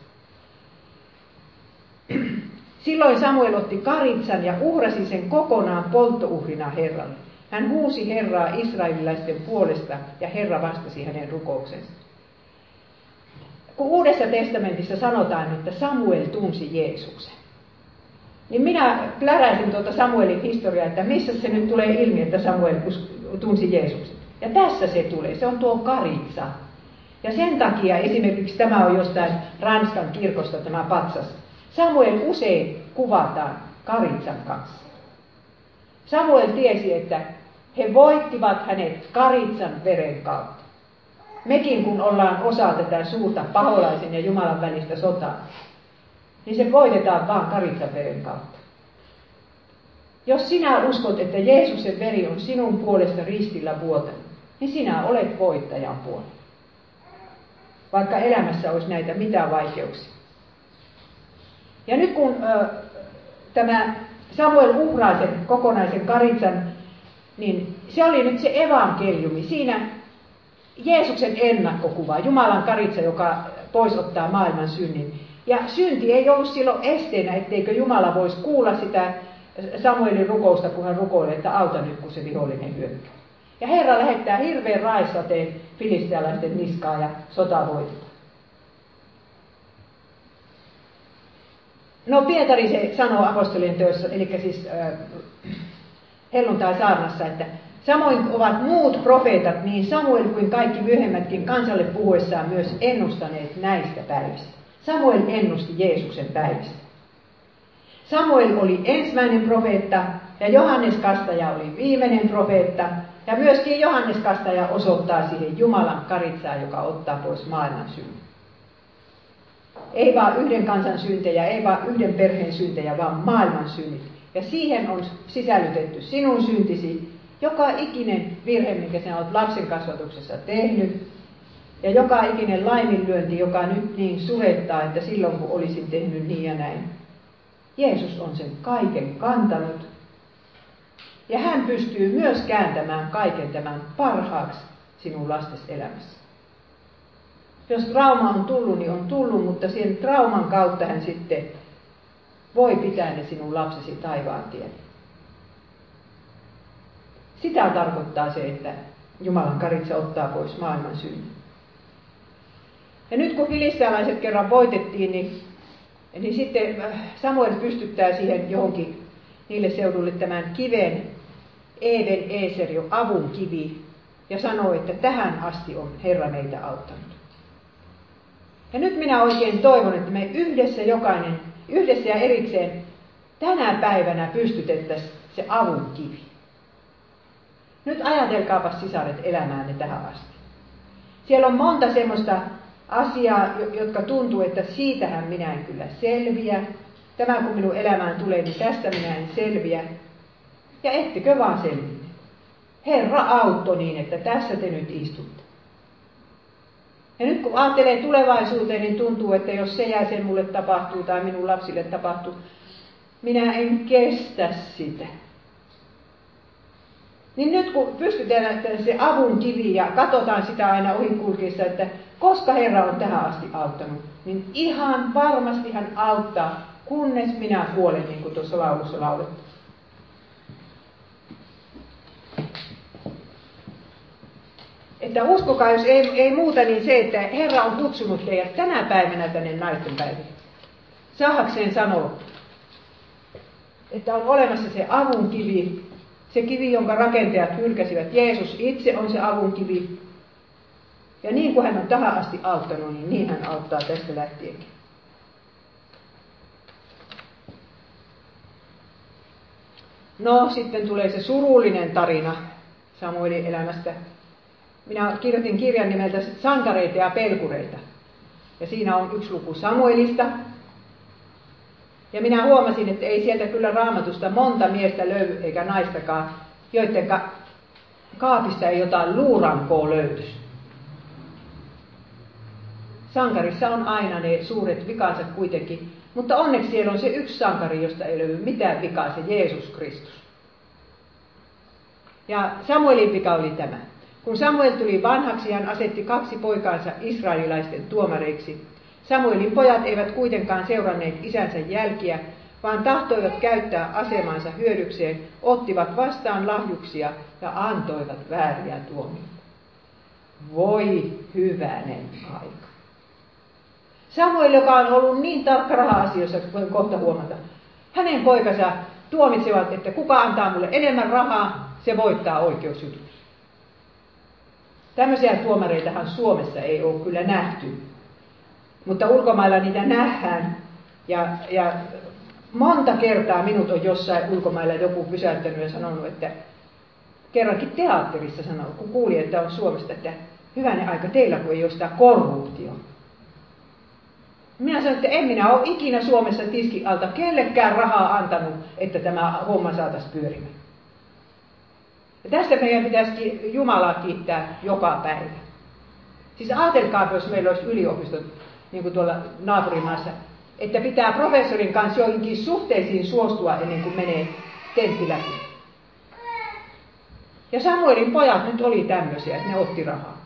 Silloin Samuel otti karitsan ja uhrasi sen kokonaan polttouhrina Herralle. Hän huusi Herraa israelilaisten puolesta ja Herra vastasi hänen rukouksensa. Kun Uudessa testamentissa sanotaan, että Samuel tunsi Jeesuksen, niin minä pläräisin tuota Samuelin historiaa, että missä se nyt tulee ilmi, että Samuel tunsi Jeesuksen. Ja tässä se tulee, se on tuo karitsa. Ja sen takia esimerkiksi tämä on jostain Ranskan kirkosta tämä patsas. Samuel usein kuvataan karitsan kanssa. Samuel tiesi, että he voittivat hänet karitsan veren kautta. Mekin kun ollaan osa tätä suurta paholaisen ja Jumalan välistä sotaa, niin se voitetaan vaan karitsan veren kautta. Jos sinä uskot, että Jeesuksen veri on sinun puolesta ristillä vuotanut, niin sinä olet voittajan puolella. Vaikka elämässä olisi näitä mitään vaikeuksia. Ja nyt kun tämä Samuel uhraa sen kokonaisen karitsan, niin se oli nyt se evankeliumi. Siinä Jeesuksen ennakkokuva, Jumalan karitsa, joka pois ottaa maailman synnin. Ja synti ei ollut silloin esteenä, etteikö Jumala voisi kuulla sitä Samuelin rukousta, kun hän rukoilee, että auta nyt, kun se vihollinen hyökkää. Ja Herra lähettää hirveän raissateen filistealaisten niskaan ja sota voitetaan. No Pietari se sanoo apostolien teossa, eli siis helluntai-saarnassa, että samoin ovat muut profeetat, niin Samuel kuin kaikki myöhemmätkin kansalle puhuessaan myös ennustaneet näistä päivistä. Samuel ennusti Jeesuksen päivistä. Samuel oli ensimmäinen profeetta ja Johannes Kastaja oli viimeinen profeetta. Ja myöskin Johannes Kastaja osoittaa siihen Jumalan karitsaan, joka ottaa pois maailman synnin. Ei vaan yhden kansan syntejä, ei vaan yhden perheen syntejä, vaan maailman synnit. Ja siihen on sisällytetty sinun syntisi, joka ikinen virhe, minkä sinä olet lapsen kasvatuksessa tehnyt. Ja joka ikinen laiminlyönti, joka nyt niin surettaa, että silloin kun olisin tehnyt niin ja näin. Jeesus on sen kaiken kantanut. Ja hän pystyy myös kääntämään kaiken tämän parhaaksi sinun lastes elämässä. Jos trauma on tullut, niin on tullut, mutta sen trauman kautta hän sitten voi pitää ne sinun lapsesi taivaan tielle. Sitä tarkoittaa se, että Jumalan karitsa ottaa pois maailman synnin. Ja nyt kun filistealaiset kerran voitettiin, niin sitten Samuel pystyttää siihen johonkin niille seudulle tämän kiven, Even Eser, avun kivi, ja sanoo, että tähän asti on Herra meitä auttanut. Ja nyt minä oikein toivon, että me yhdessä ja erikseen tänä päivänä pystytettäisiin se avun kivi. Nyt ajatelkaapas sisaret elämäänne tähän asti. Siellä on monta semmoista asiaa, jotka tuntuu, että siitähän minä en kyllä selviä. Tämä kun minun elämään tulee, niin tästä minä en selviä. Ja ettekö vaan selviä. Herra auttoi niin, että tässä te nyt istutte. Ja nyt kun ajattelee tulevaisuuteen, niin tuntuu, että jos se jäsen mulle tapahtuu tai minun lapsille tapahtuu, minä en kestä sitä. Niin nyt kun pystytään se avun kivi ja katsotaan sitä aina ohikulkiessa, että koska Herra on tähän asti auttanut, niin ihan varmasti hän auttaa, kunnes minä kuolen, niin kuin tuossa laulussa laulettu. Että uskokaa, jos ei muuta, niin se, että Herra on kutsunut teidät tänä päivänä tänne naisten päiviin. Sahakseen sanoo, että on olemassa se avun kivi, se kivi, jonka rakentajat hylkäsivät. Jeesus itse on se avun kivi. Ja niin kuin hän on tähän asti auttanut, niin hän auttaa tästä lähtienkin. No, sitten tulee se surullinen tarina Samuelin elämästä. Minä kirjoitin kirjan nimeltä Sankareita ja pelkureita. Ja siinä on 1 luku Samuelista. Ja minä huomasin, että ei sieltä kyllä Raamatusta monta miestä löydy eikä naistakaan, joiden kaapista ei jotain luurankoa löytyisi. Sankarissa on aina ne suuret vikansa kuitenkin, mutta onneksi siellä on se yksi sankari, josta ei löydy mitään vikaa, se Jeesus Kristus. Ja Samuelin vika oli tämä. Kun Samuel tuli vanhaksi, hän asetti 2 poikaansa israelilaisten tuomareiksi. Samuelin pojat eivät kuitenkaan seuranneet isänsä jälkiä, vaan tahtoivat käyttää asemansa hyödykseen, ottivat vastaan lahjuksia ja antoivat vääriä tuomioita. Voi hyvänen aika. Samuel, joka on ollut niin tarkka raha-asioissa, voin kohta huomata, hänen poikansa tuomitsevat, että kuka antaa mulle enemmän rahaa, se voittaa oikeusjutussa. Tämmöisiä tuomareitahan Suomessa ei ole kyllä nähty. Mutta ulkomailla niitä nähdään. Ja monta kertaa minut on jossain ulkomailla joku pysäyttänyt ja sanonut, että kerrankin teatterissa sanonut, kun kuuli, että on Suomesta, että hyvänen aika teillä, kun ei ole sitä korruptioa. Minä sanoin, että en minä ole ikinä Suomessa tiskin alta kellekään rahaa antanut, että tämä homma saataisiin pyörimään. Ja tästä meidän pitäisi Jumalaa kiittää joka päivä. Siis ajatelkaa, jos meillä olisi yliopistot, niin kuin tuolla naapurimaassa, että pitää professorin kanssa joihinkin suhteisiin suostua ennen kuin menee tentti läpi. Ja Samuelin pojat nyt oli tämmöisiä, että ne otti rahaa.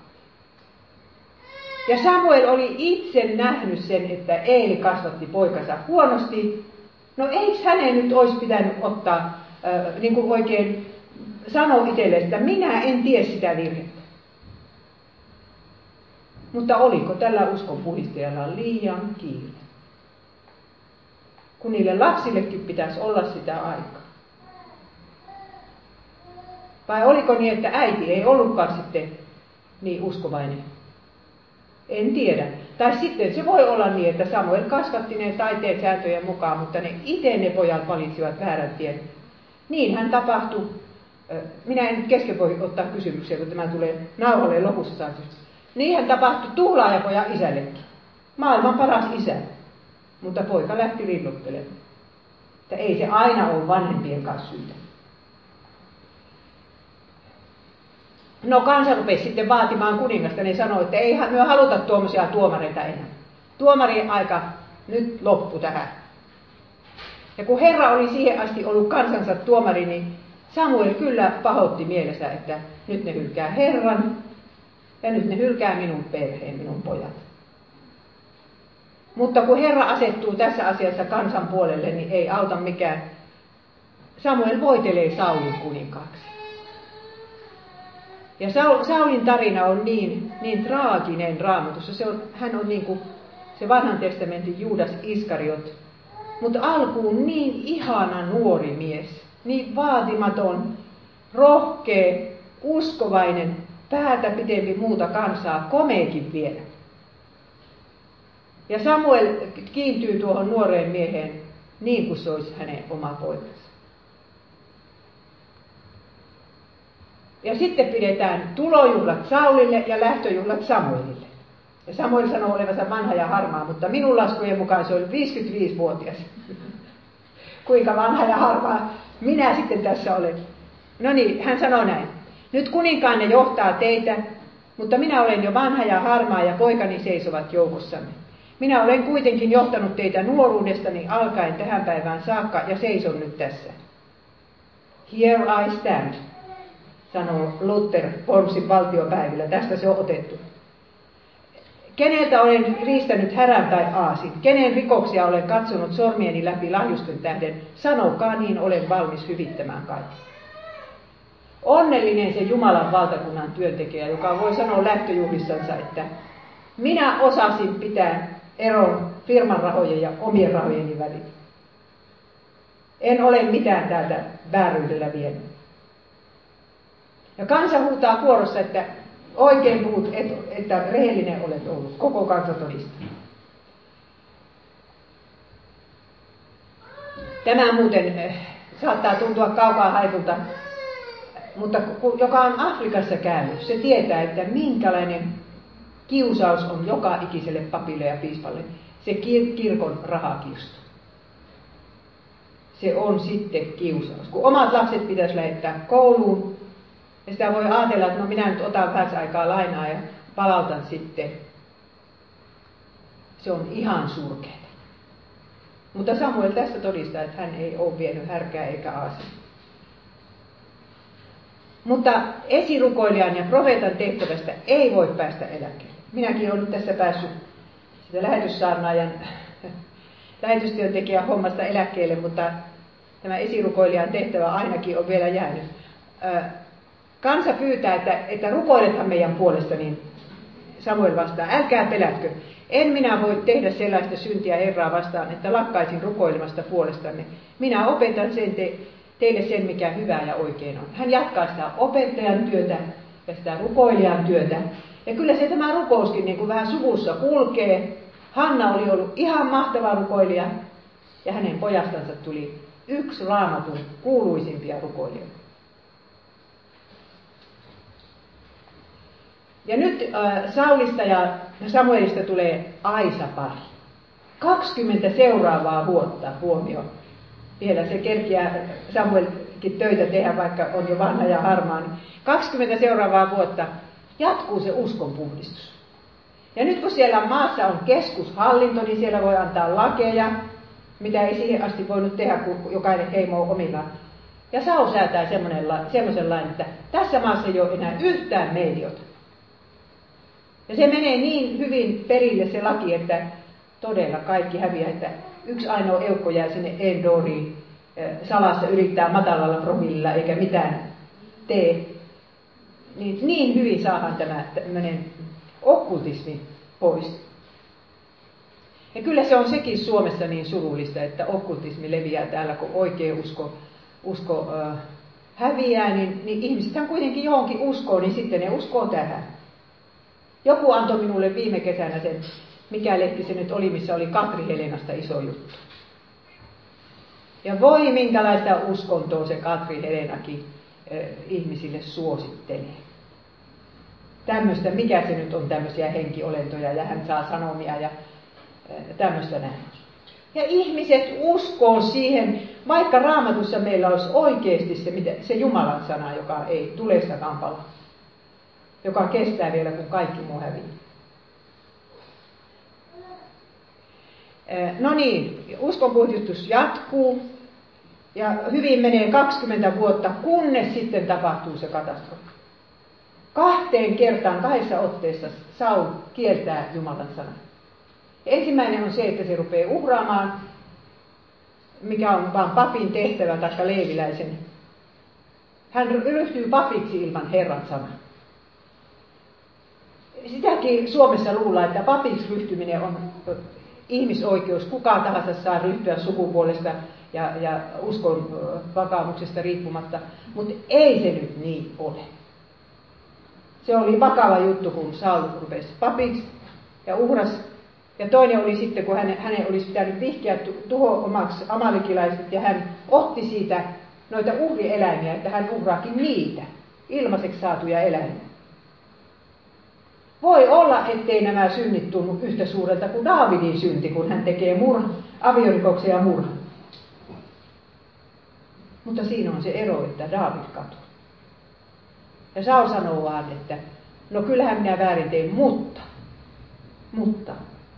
Ja Samuel oli itse nähnyt sen, että Eeli kasvatti poikansa huonosti. No eikö hänen nyt olisi pitänyt ottaa, niin kuin oikein sanoa itselleen, että minä en tiedä sitä virhettä. Mutta oliko tällä uskonpuhdistajalla liian kiire? Kun niille lapsillekin pitäisi olla sitä aikaa. Vai oliko niin, että äiti ei ollutkaan sitten niin uskovainen? En tiedä. Tai sitten se voi olla niin, että Samuel kasvatti ne taiteet sääntöjen mukaan, mutta ne pojat valitsivat väärän tien. Niin hän tapahtui. Minä en nyt kesken voi ottaa kysymyksiä, kun tämä tulee nauhalle lopussa saatu. Niinhän tapahtui tuhlaajapojan isällekin. Maailman paras isä. Mutta poika lähti rillottelemaan. Että ei se aina ole vanhempien kanssa syytä. No kansa rupesi sitten vaatimaan kuningasta, niin sanoi, että ei me haluta tuommoisia tuomareita enää. Tuomarien aika nyt loppu tähän. Ja kun Herra oli siihen asti ollut kansansa tuomari, niin Samuel kyllä pahoitti mielessä, että nyt ne hylkää Herran ja nyt ne hylkää minun perheen, minun pojat. Mutta kun Herra asettuu tässä asiassa kansan puolelle, niin ei auta mikään. Samuel voitelee Saulin kuninkaaksi. Ja Saulin tarina on niin traaginen Raamatussa. Hän on niin kuin se vanhan testamentin Juudas Iskariot. Mutta alkuun niin ihana nuori mies. Niin vaatimaton, rohkea, uskovainen, päätä pitempi muuta kansaa, komeekin vielä. Ja Samuel kiintyy tuohon nuoreen mieheen niin kuin se olisi hänen oma poikansa. Ja sitten pidetään tulojuhlat Saulille ja lähtöjuhlat Samuelille. Ja Samuel sanoo olevansa vanha ja harmaa, mutta minun laskujen mukaan se oli 55-vuotias. Kuinka vanha ja harmaa minä sitten tässä olen. No niin, hän sanoo näin. Nyt kuninkaanne johtaa teitä, mutta minä olen jo vanha ja harmaa ja poikani seisovat joukossamme. Minä olen kuitenkin johtanut teitä nuoruudestani alkaen tähän päivään saakka ja seison nyt tässä. Here I stand, sanoo Luther Wormsin valtiopäivillä. Tästä se on otettu. Keneltä olen riistänyt härän tai aasin? Kenen rikoksia olen katsonut sormieni läpi lahjusten tähden? Sanokaa, niin olen valmis hyvittämään kaikki. Onnellinen se Jumalan valtakunnan työntekijä, joka voi sanoa lähtöjuhlissansa, että minä osasin pitää eron firman rahojen ja omien rahojeni välillä. En ole mitään täältä vääryydellä vienyt. Ja kansa huutaa kuorossa, että oikein puhut, että rehellinen olet ollut. Koko kansa todistaa. Tämä muuten saattaa tuntua kaukaa haetulta, mutta joka on Afrikassa käynyt, se tietää, että minkälainen kiusaus on joka ikiselle papille ja piispalle. Se kirkon rahakirstu. Se on sitten kiusaus. Kun omat lapset pitäisi lähettää kouluun, ja sitä voi ajatella, että no minä nyt otan vähän aikaa lainaa ja palautan sitten. Se on ihan surkeaa. Mutta Samuel tässä todistaa, että hän ei ole vienyt härkää eikä aasia. Mutta esirukoilijan ja profeetan tehtävästä ei voi päästä eläkkeelle. Minäkin olen nyt tässä päässyt sitä lähetyssaarnaajan lähetystyöntekijän hommasta eläkkeelle, mutta tämä esirukoilijan tehtävä ainakin on vielä jäänyt. Kansa pyytää, että rukoilethan meidän puolesta, niin Samuel vastaa, älkää pelätkö. En minä voi tehdä sellaista syntiä Herraa vastaan, että lakkaisin rukoilemasta puolestanne. Minä opetan teille sen, mikä hyvää ja oikein on. Hän jatkaa sitä opettajan työtä ja sitä rukoilijan työtä. Ja kyllä se tämä rukouskin niin kuin vähän suvussa kulkee. Hanna oli ollut ihan mahtava rukoilija ja hänen pojastansa tuli yksi Raamatun kuuluisimpia rukoilijoita. Ja nyt Saulista ja Samuelista tulee Aisa-pari. 20 seuraavaa vuotta, huomioon. Vielä se kerkiää Samuelkin töitä tehdä, vaikka on jo vanha ja harmaa. Niin 20 seuraavaa vuotta jatkuu se uskonpuhdistus. Ja nyt kun siellä maassa on keskushallinto, niin siellä voi antaa lakeja, mitä ei siihen asti voinut tehdä, kun jokainen heimo on omillaan. Ja Saul säätää semmoisen lain, että tässä maassa ei ole enää yhtään mediota. Ja se menee niin hyvin perille se laki, että todella kaikki häviää, että yksi ainoa eukko jää sinne Endoriin salassa yrittää matalalla promillilla eikä mitään tee. Niin hyvin saadaan tämä tämmöinen okkultismi pois. Ja kyllä se on sekin Suomessa niin surullista, että okkultismi leviää täällä, kun oikea usko häviää, niin ihmisethän kuitenkin johonkin uskoo, niin sitten ne uskoo tähän. Joku antoi minulle viime kesänä sen, mikä lehti se nyt oli, missä oli Katri Helenasta iso juttu. Ja voi minkälaista uskontoa se Katri Helenakin ihmisille suosittelee. Tämmöistä, mikä se nyt on, tämmöisiä henkiolentoja ja hän saa sanomia ja tämmöistä näin. Ja ihmiset uskoo siihen, vaikka Raamatussa meillä olisi oikeasti se Jumalan sana, joka ei tulessakaan pala. Joka kestää vielä, kun kaikki muu häviää. No niin, uskonpuhdistus jatkuu. Ja hyvin menee 20 vuotta, kunnes sitten tapahtuu se katastrofi. 2 kertaan, 2 otteessa Saul kieltää Jumalan sanan. Ensimmäinen on se, että se rupeaa uhraamaan, mikä on vaan papin tehtävä tai leeviläisen. Hän ryhtyy papiksi ilman Herran sanaa. sitäkin Suomessa luullaan, että papiksi ryhtyminen on ihmisoikeus. Kuka tahansa saa ryhtyä sukupuolesta ja uskon vakaumuksesta riippumatta, mutta ei se nyt niin ole. Se oli vakava juttu, kun Saul rupesi papiksi ja uhras. Ja toinen oli sitten, kun hänen olisi pitänyt vihkiä tuho omaksi amalikilaiset, ja hän otti siitä noita uhrieläimiä, että hän uhraakin niitä, ilmaiseksi saatuja eläimiä. Voi olla, ettei nämä synnit tunnu yhtä suurelta kuin Daavidin synti, kun hän tekee aviorikoksen ja murhan. Mutta siinä on se ero, että Daavid katuu. Ja Saul sanoo vaan, että no kyllähän minä väärin tein, mutta.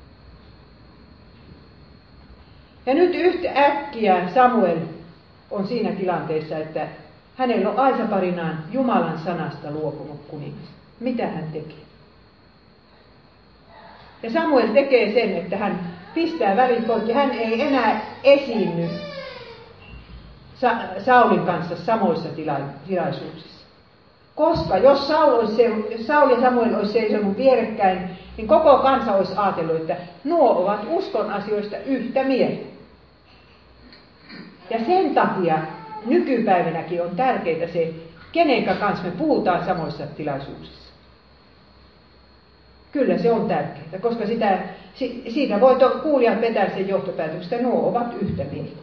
Ja nyt yhtäkkiä Samuel on siinä tilanteessa, että hänellä on aisaparinaan Jumalan sanasta luopunut kuningas. Mitä hän tekee? Ja Samuel tekee sen, että hän pistää välit poikki. Hän ei enää esiinny Saulin kanssa samoissa tilaisuuksissa. Koska jos Saul ja Samuel olisi seisonut vierekkäin, niin koko kansa olisi ajatellut, että nuo ovat uskon asioista yhtä mieltä. Ja sen takia nykypäivänäkin on tärkeää se, kenenkä kanssa me puhutaan samoissa tilaisuuksissa. Kyllä se on tärkeää, koska siitä voi kuulijat vetää sen johtopäätöksen, että nuo ovat yhtä mieltä.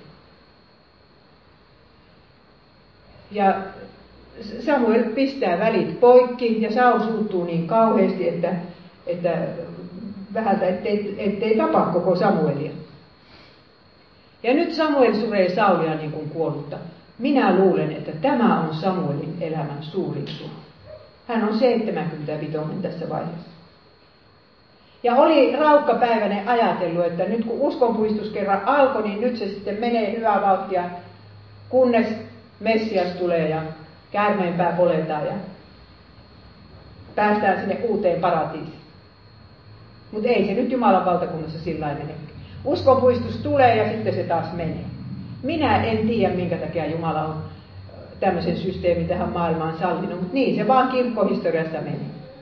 Ja Samuel pistää välit poikki ja Saul suuttuu niin kauheasti, että vähältä ettei tapa koko Samuelia. Ja nyt Samuel suree Saulia niin kuin kuollutta. Minä luulen, että tämä on Samuelin elämän suurin suru. Hän on 75 tässä vaiheessa. Ja oli raukkapäiväinen ajatellut, että nyt kun uskonpuistus kerran alkoi, niin nyt se sitten menee hyvää vauhtia, kunnes Messias tulee ja käärmeenpää poletaan ja päästään sinne uuteen paratiisiin. Mutta ei se nyt Jumalan valtakunnassa sillä lailla mene. Uskonpuistus tulee ja sitten se taas menee. Minä en tiedä, minkä takia Jumala on tämmöisen systeemin tähän maailmaan sallinut, mutta niin se vaan kirkkohistoriassa menee.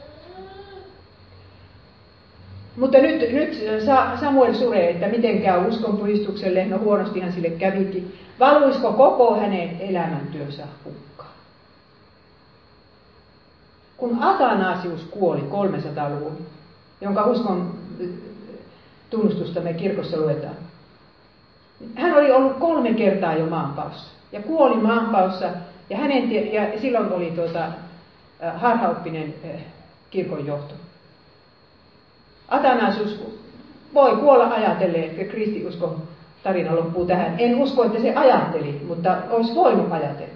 Mutta nyt Samuel suree, että miten käy uskonpuistukselle, no huonostihan sille kävikin. Valuisiko koko hänen elämäntyönsä hukkaan? Kun Athanasius kuoli 300-luvulla, jonka uskon tunnustusta me kirkossa luetaan, hän oli ollut 3 kertaa jo maanpaossa ja kuoli maanpaossa ja silloin oli harhaoppinen kirkonjohto. Athanasius voi kuolla ajatellen, että kristiuskon tarina loppuu tähän. En usko, että se ajatteli, mutta olisi voinut ajatella.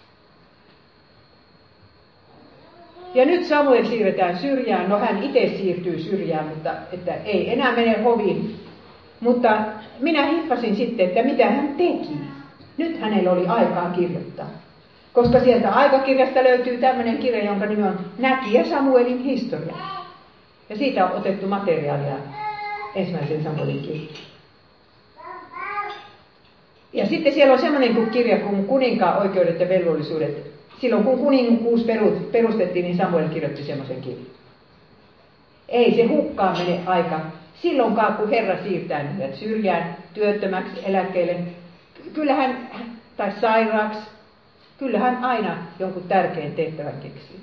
Ja nyt Samuel siirretään syrjään. No hän itse siirtyy syrjään, mutta että ei enää mene hoviin. Mutta minä hippasin sitten, että mitä hän teki. Nyt hänellä oli aikaa kirjoittaa. Koska sieltä aikakirjasta löytyy tämmöinen kirja, jonka nimi on Näkijä Samuelin historia. Ja siitä on otettu materiaalia ensimmäisen Samuelin kirjaan. Ja sitten siellä on semmoinen kirja kuin Kuninkaan oikeudet ja velvollisuudet. Silloin kun kuninkuus perustettiin, niin Samuel kirjoitti semmoisen kirjan. Ei se hukkaan mene aika. Silloinkaan kun Herra siirtää niitä syrjään, työttömäksi, eläkkeelle, kyllähän, tai sairaaksi, kyllähän aina jonkun tärkeän tehtävän keksii.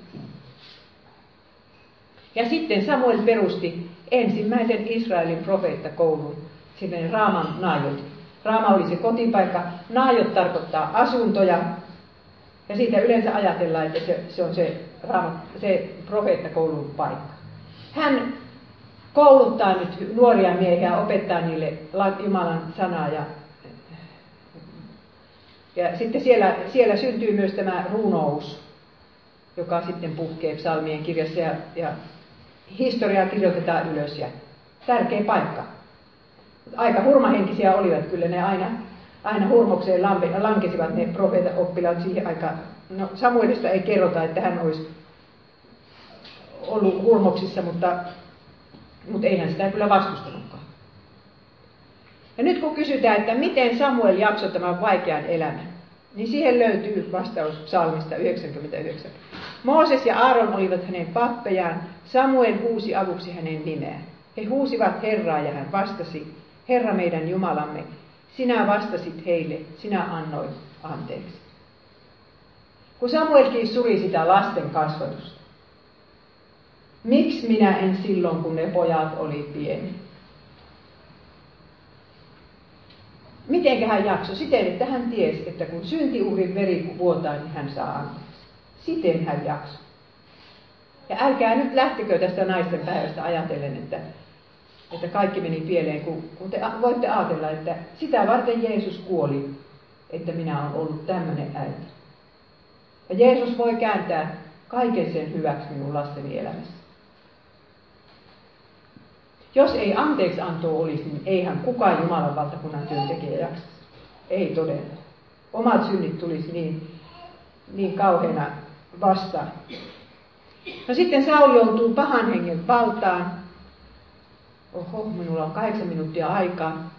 Ja sitten Samuel perusti ensimmäisen Israelin profeettakoulun sinne Raaman Naajot. Raama oli se kotipaikka. Naajot tarkoittaa asuntoja. Ja siitä yleensä ajatellaan, että se on se profeettakoulun paikka. Hän kouluttaa nyt nuoria miehiä, opettaa niille Jumalan sanaa. Ja sitten siellä syntyy myös tämä runous, joka sitten puhkee psalmien kirjassa ja historiaa kirjoitetaan ylös. Ja tärkeä paikka. Aika hurmahenkisiä olivat kyllä ne aina hurmokseen lankesivat ne profeeta-oppilaat siihen aikaan. No Samuelista ei kerrota, että hän olisi ollut hurmoksissa, mutta eihän sitä kyllä vastustanutkaan. Ja nyt kun kysytään, että miten Samuel jaksoi tämän vaikean elämän, niin siihen löytyy vastaus psalmista 99. Mooses ja Aaron olivat hänen pappejaan, Samuel huusi avuksi hänen nimeään. He huusivat Herraa ja hän vastasi, Herra meidän Jumalamme, sinä vastasit heille, sinä annoit anteeksi. Kun Samuelkin suri sitä lasten kasvatusta, miksi minä en silloin, kun ne pojat oli pieni? Mitenkä hän jaksoi? Siten, että hän tiesi, että kun syntiuhrin veri vuotaa, niin hän saa anteeksi. Siten hän jaksoi. Ja älkää nyt lähtekö tästä naisten päivästä ajatellen, että kaikki meni pieleen, kun te voitte ajatella, että sitä varten Jeesus kuoli, että minä olen ollut tämmöinen äiti. Ja Jeesus voi kääntää kaiken sen hyväksi minun lasteni elämässä. Jos ei anteeksi antoa olisi, niin eihän kukaan Jumalan valtakunnan työntekijä jaksa. Ei todella. Omat synnit tulisi niin kauheana vastaan. No sitten Sauli joutuu pahan hengen valtaan. Oho, minulla on 8 minuuttia aikaa.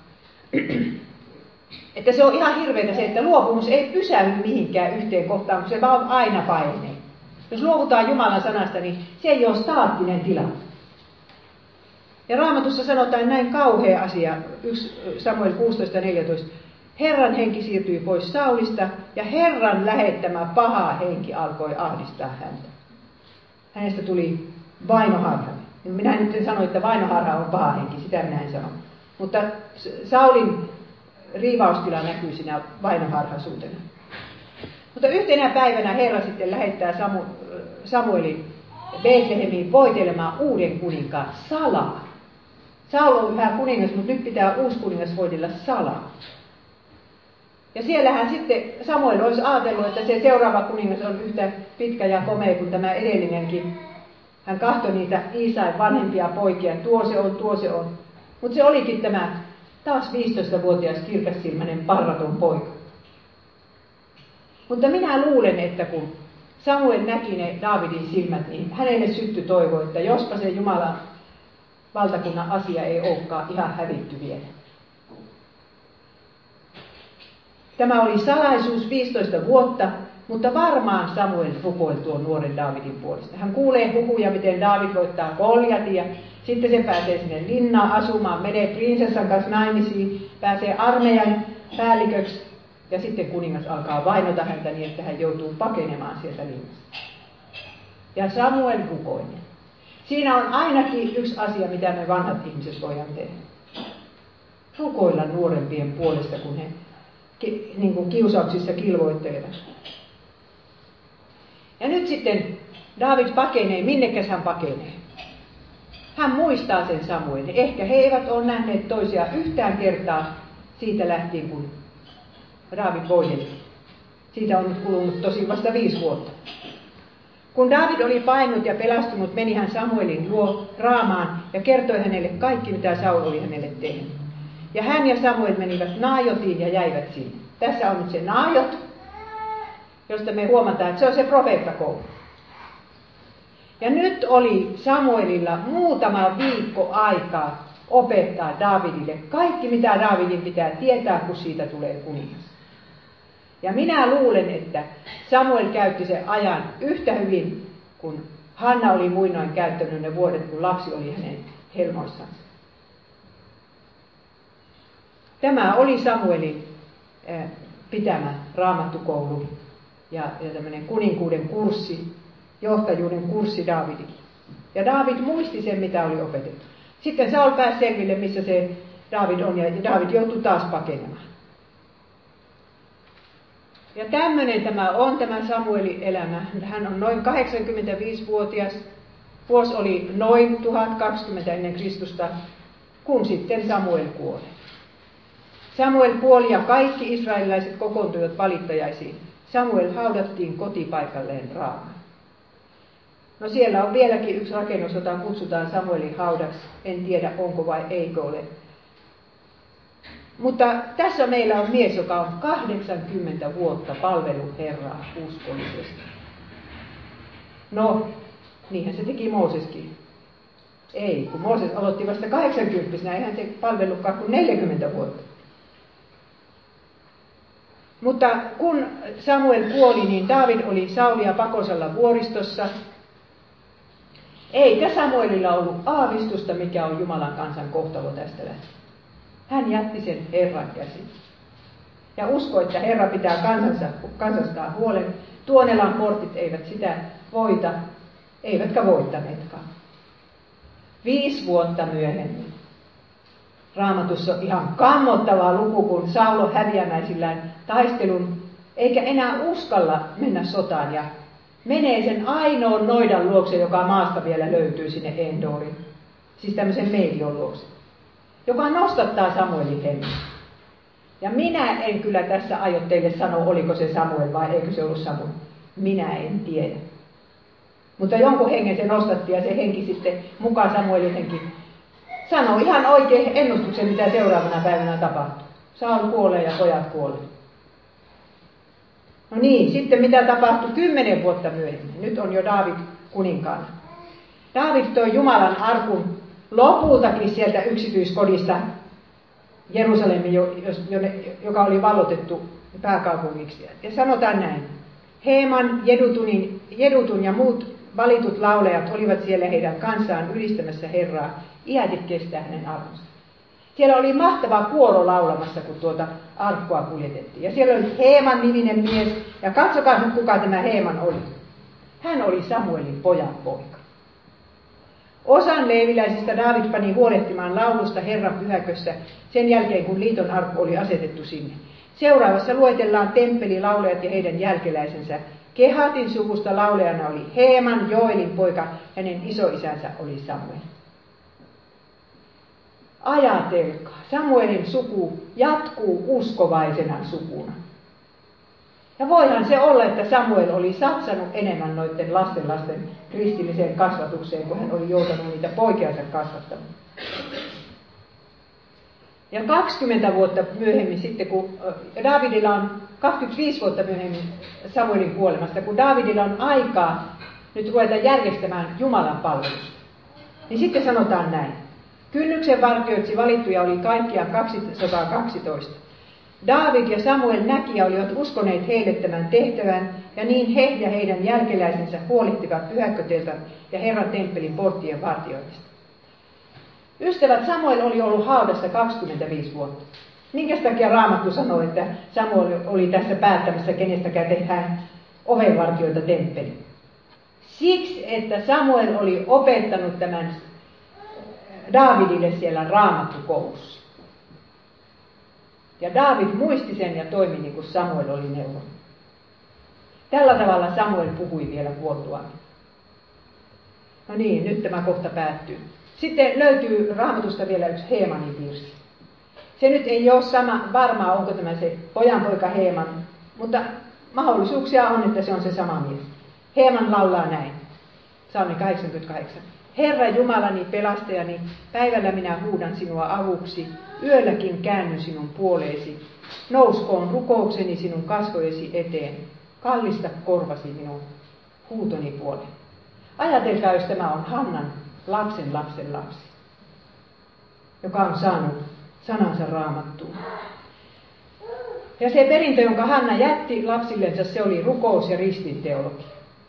Että se on ihan hirveätä se, että luopumus ei pysähdy mihinkään yhteen kohtaan, kun se vaan aina painee. Jos luovutaan Jumalan sanasta, niin se ei ole staattinen tila. Ja Raamatussa sanotaan näin kauhea asia, 1 Samuel 16:14. Herran henki siirtyi pois Saulista ja Herran lähettämä paha henki alkoi ahdistaa häntä. Hänestä tuli vainoharha. Minä nyt en sano, että vainoharha on paha henki, sitä minä en sano. Mutta Saulin riivaustila näkyy siinä vainoharhaisuutena. Mutta yhtenä päivänä Herra sitten lähettää Samuelin Betlehemiin voitelemaan uuden kuninkaan salaa. Saul on yhä kuningas, mutta nyt pitää uusi kuningas voitella salaa. Ja siellähän sitten Samuel olisi ajatellut, että se seuraava kuningas on yhtä pitkä ja komea kuin tämä edellinenkin. Hän katsoi niitä Iisain vanhempia poikia, tuo se on. Mutta se olikin tämä taas 15-vuotias kirkassilmäinen parraton poika. Mutta minä luulen, että kun Samuel näki ne Daavidin silmät, niin hänelle syttyi toivo, että jospa se Jumalan valtakunnan asia ei olekaan ihan hävitty vielä. Tämä oli salaisuus 15 vuotta, mutta varmaan Samuel rukoili tuon nuoren Daavidin puolesta. Hän kuulee huhuja, miten Daavid voittaa Goljatin ja sitten se pääsee sinne linnaan asumaan, menee prinsessan kanssa naimisiin, pääsee armeijan päälliköksi ja sitten kuningas alkaa vainota häntä niin, että hän joutuu pakenemaan sieltä linnasta. Ja Samuel rukoili. Siinä on ainakin yksi asia, mitä me vanhat ihmiset voidaan tehdä. Rukoilla nuorempien puolesta, kun he niin kuin kiusauksissa kilvoittelevat. Ja nyt sitten Daavid pakenee, minnekäs hän pakenee? Hän muistaa sen Samuelin. Ehkä he eivät ole nähneet toisiaan yhtään kertaa siitä lähtien, kun Daavid voiteli. Siitä on nyt kulunut tosi vasta 5 vuotta. Kun Daavid oli painut ja pelastunut, meni hän Samuelin luo Raamaan ja kertoi hänelle kaikki, mitä Saul oli hänelle tehnyt. Ja hän ja Samuel menivät Naajotiin ja jäivät sinne. Tässä on nyt se Naajot, josta me huomataan, että se on se profeettakoulu. Ja nyt oli Samuelilla muutama viikko aikaa opettaa Daavidille kaikki, mitä Daavidin pitää tietää, kun siitä tulee kuningas. Ja minä luulen, että Samuel käytti sen ajan yhtä hyvin, kun Hanna oli muinoin käyttänyt ne vuodet, kun lapsi oli hänen helmoissansa. Tämä oli Samuelin pitämä raamattukoulu ja tämmöinen kuninkuuden kurssi, johtajuuden kurssi Daavidille. Ja Daavid muisti sen, mitä oli opetettu. Sitten Saul pääsi selville, missä se Daavid on, ja Daavid joutui taas pakenemaan. Ja tämmöinen tämä on tämä Samuelin elämä. Hän on noin 85-vuotias. Vuosi oli noin 1020 ennen Kristusta, kun sitten Samuel kuoli. Samuel kuoli ja kaikki israelilaiset kokoontuivat valittajaisiin. Samuel haudattiin kotipaikalleen Raamaan. No siellä on vieläkin yksi rakennus, jota kutsutaan Samuelin haudaksi. En tiedä, onko vai eikö ole. Mutta tässä meillä on mies, joka on 80 vuotta palvellut Herraa uskollisesti. No, niinhän se teki Mooseskin. Ei, kun Mooses aloitti vasta 80, eihän se palvellutkaan kuin 40 vuotta. Mutta kun Samuel kuoli, niin Daavid oli Saulia pakosalla vuoristossa. Eikä Samuelilla ollut aavistusta, mikä on Jumalan kansan kohtalo tästä lähtien. Hän jätti sen Herran käsiin. Ja uskoi, että Herra pitää kansastaan huolen. Tuonelan portit eivät sitä voita, eivätkä voittaneetkaan. 5 vuotta myöhemmin. Raamatussa on ihan kammottava luku, kun Saulo häviämäisillään taistelun, eikä enää uskalla mennä sotaan ja menee sen ainoan noidan luokse, joka maasta vielä löytyy sinne Endoriin. Siis tämmöisen Meidion luokse, joka nostattaa Samuelin hengen. Ja minä en kyllä tässä aio teille sanoa, oliko se Samuel vai eikö se ollut Samuel. Minä en tiedä. Mutta jonkun hengen se nostatti ja se henki sitten, mukaan Samuelin henki, sanoi ihan oikein ennustuksen, mitä seuraavana päivänä tapahtuu. Saul kuolee ja pojat kuolee. No niin, sitten mitä tapahtui 10 vuotta myöhemmin. Nyt on jo Daavid kuninkaana. Daavid toi Jumalan arkun lopultakin sieltä yksityiskodista Jerusalemin, joka oli vallotettu pääkaupungiksi. Ja sanotaan näin. Heeman, Jedutun ja muut valitut laulajat olivat siellä heidän kanssaan ylistämässä Herraa. Iäti kestää hänen arvonsa. Siellä oli mahtava kuoro laulamassa, kun tuota arkkua kuljetettiin. Ja siellä oli Heeman niminen mies. Ja katsokaa nyt, kuka tämä Heeman oli. Hän oli Samuelin pojan poika. Osan leeviläisistä Daavid pani huolehtimaan laulusta Herran pyhäkössä sen jälkeen, kun liiton arkku oli asetettu sinne. Seuraavassa luetellaan temppelilaulajat ja heidän jälkeläisensä. Kehatin suvusta laulajana oli Heeman, Joelin poika, hänen isoisänsä oli Samuel. Ajatelkaa, Samuelin suku jatkuu uskovaisena sukuna. Ja voihan se olla, että Samuel oli satsannut enemmän noiden lasten kristilliseen kasvatukseen, kun hän oli joutanut niitä poikiansa kasvattamaan. Ja 20 vuotta myöhemmin sitten, kun Daavidilla on 25 vuotta myöhemmin Samuelin kuolemasta, kun Daavidilla on aikaa nyt ruveta järjestämään Jumalan palvelusta, niin sitten sanotaan näin. Kynnyksen vartijoiksi valittuja oli kaikkiaan 212. Daavid ja Samuel näkijä olivat uskoneet heille tämän tehtävän, ja niin he ja heidän jälkeläisensä huolittivat pyhäkköteltan ja Herran temppelin porttien vartioimista. Ystävät, Samuel oli ollut haudassa 25 vuotta. Minkä takia Raamattu sanoi, että Samuel oli tässä päättämässä, kenestäkään tehdään ovenvartijoita temppeliin? Siksi, että Samuel oli opettanut tämän Daavidille siellä Raamattukoulussa. Ja Daavid muisti sen ja toimi niin kuin Samuel oli neuvonut. Tällä tavalla Samuel puhui vielä kuoltuaan. No niin, nyt tämä kohta päättyy. Sitten löytyy Raamatusta vielä yksi Heemanin virsi. Se nyt ei ole sama varmaa, onko tämä se pojanpoika Heeman, mutta mahdollisuuksia on, että se on se sama mies. Heeman laulaa näin. Psalmi 88. Herra Jumalani, pelastajani, päivällä minä huudan sinua avuksi, yölläkin käännyn sinun puoleesi. Nouskoon rukoukseni sinun kasvojesi eteen, kallista korvasi minun huutoni puoleen. Ajatelkaa, jos tämä on Hannan lapsen lapsi, joka on saanut sanansa Raamattuun. Ja se perintö, jonka Hanna jätti lapsillensa, se oli rukous ja ristinteologia.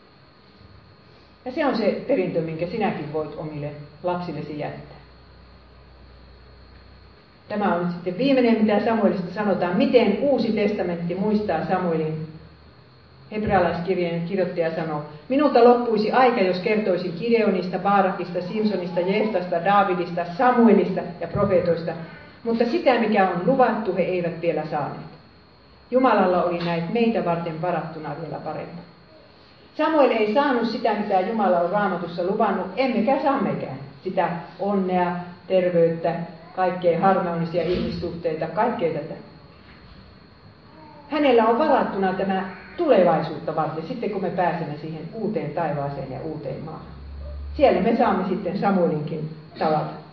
Ja se on se perintö, minkä sinäkin voit omille lapsillesi jättää. Tämä on sitten viimeinen, mitä Samuelista sanotaan. Miten Uusi testamentti muistaa Samuelin? Hebrealaiskirjeen kirjoittaja sanoo, minulta loppuisi aika, jos kertoisin Gideonista, Baarakista, Simsonista, Jeftasta, Daavidista, Samuelista ja profeetoista, mutta sitä, mikä on luvattu, he eivät vielä saaneet. Jumalalla oli näitä meitä varten varattuna vielä parempaa. Samuel ei saanut sitä, mitä Jumala on Raamatussa luvannut, emmekä saa mekään. Sitä onnea, terveyttä, kaikkea harmonisia ihmissuhteita, kaikkea tätä. Hänellä on varattuna tämä tulevaisuutta varten, sitten kun me pääsemme siihen uuteen taivaaseen ja uuteen maahan. Siellä me saamme sitten Samuelinkin tavata.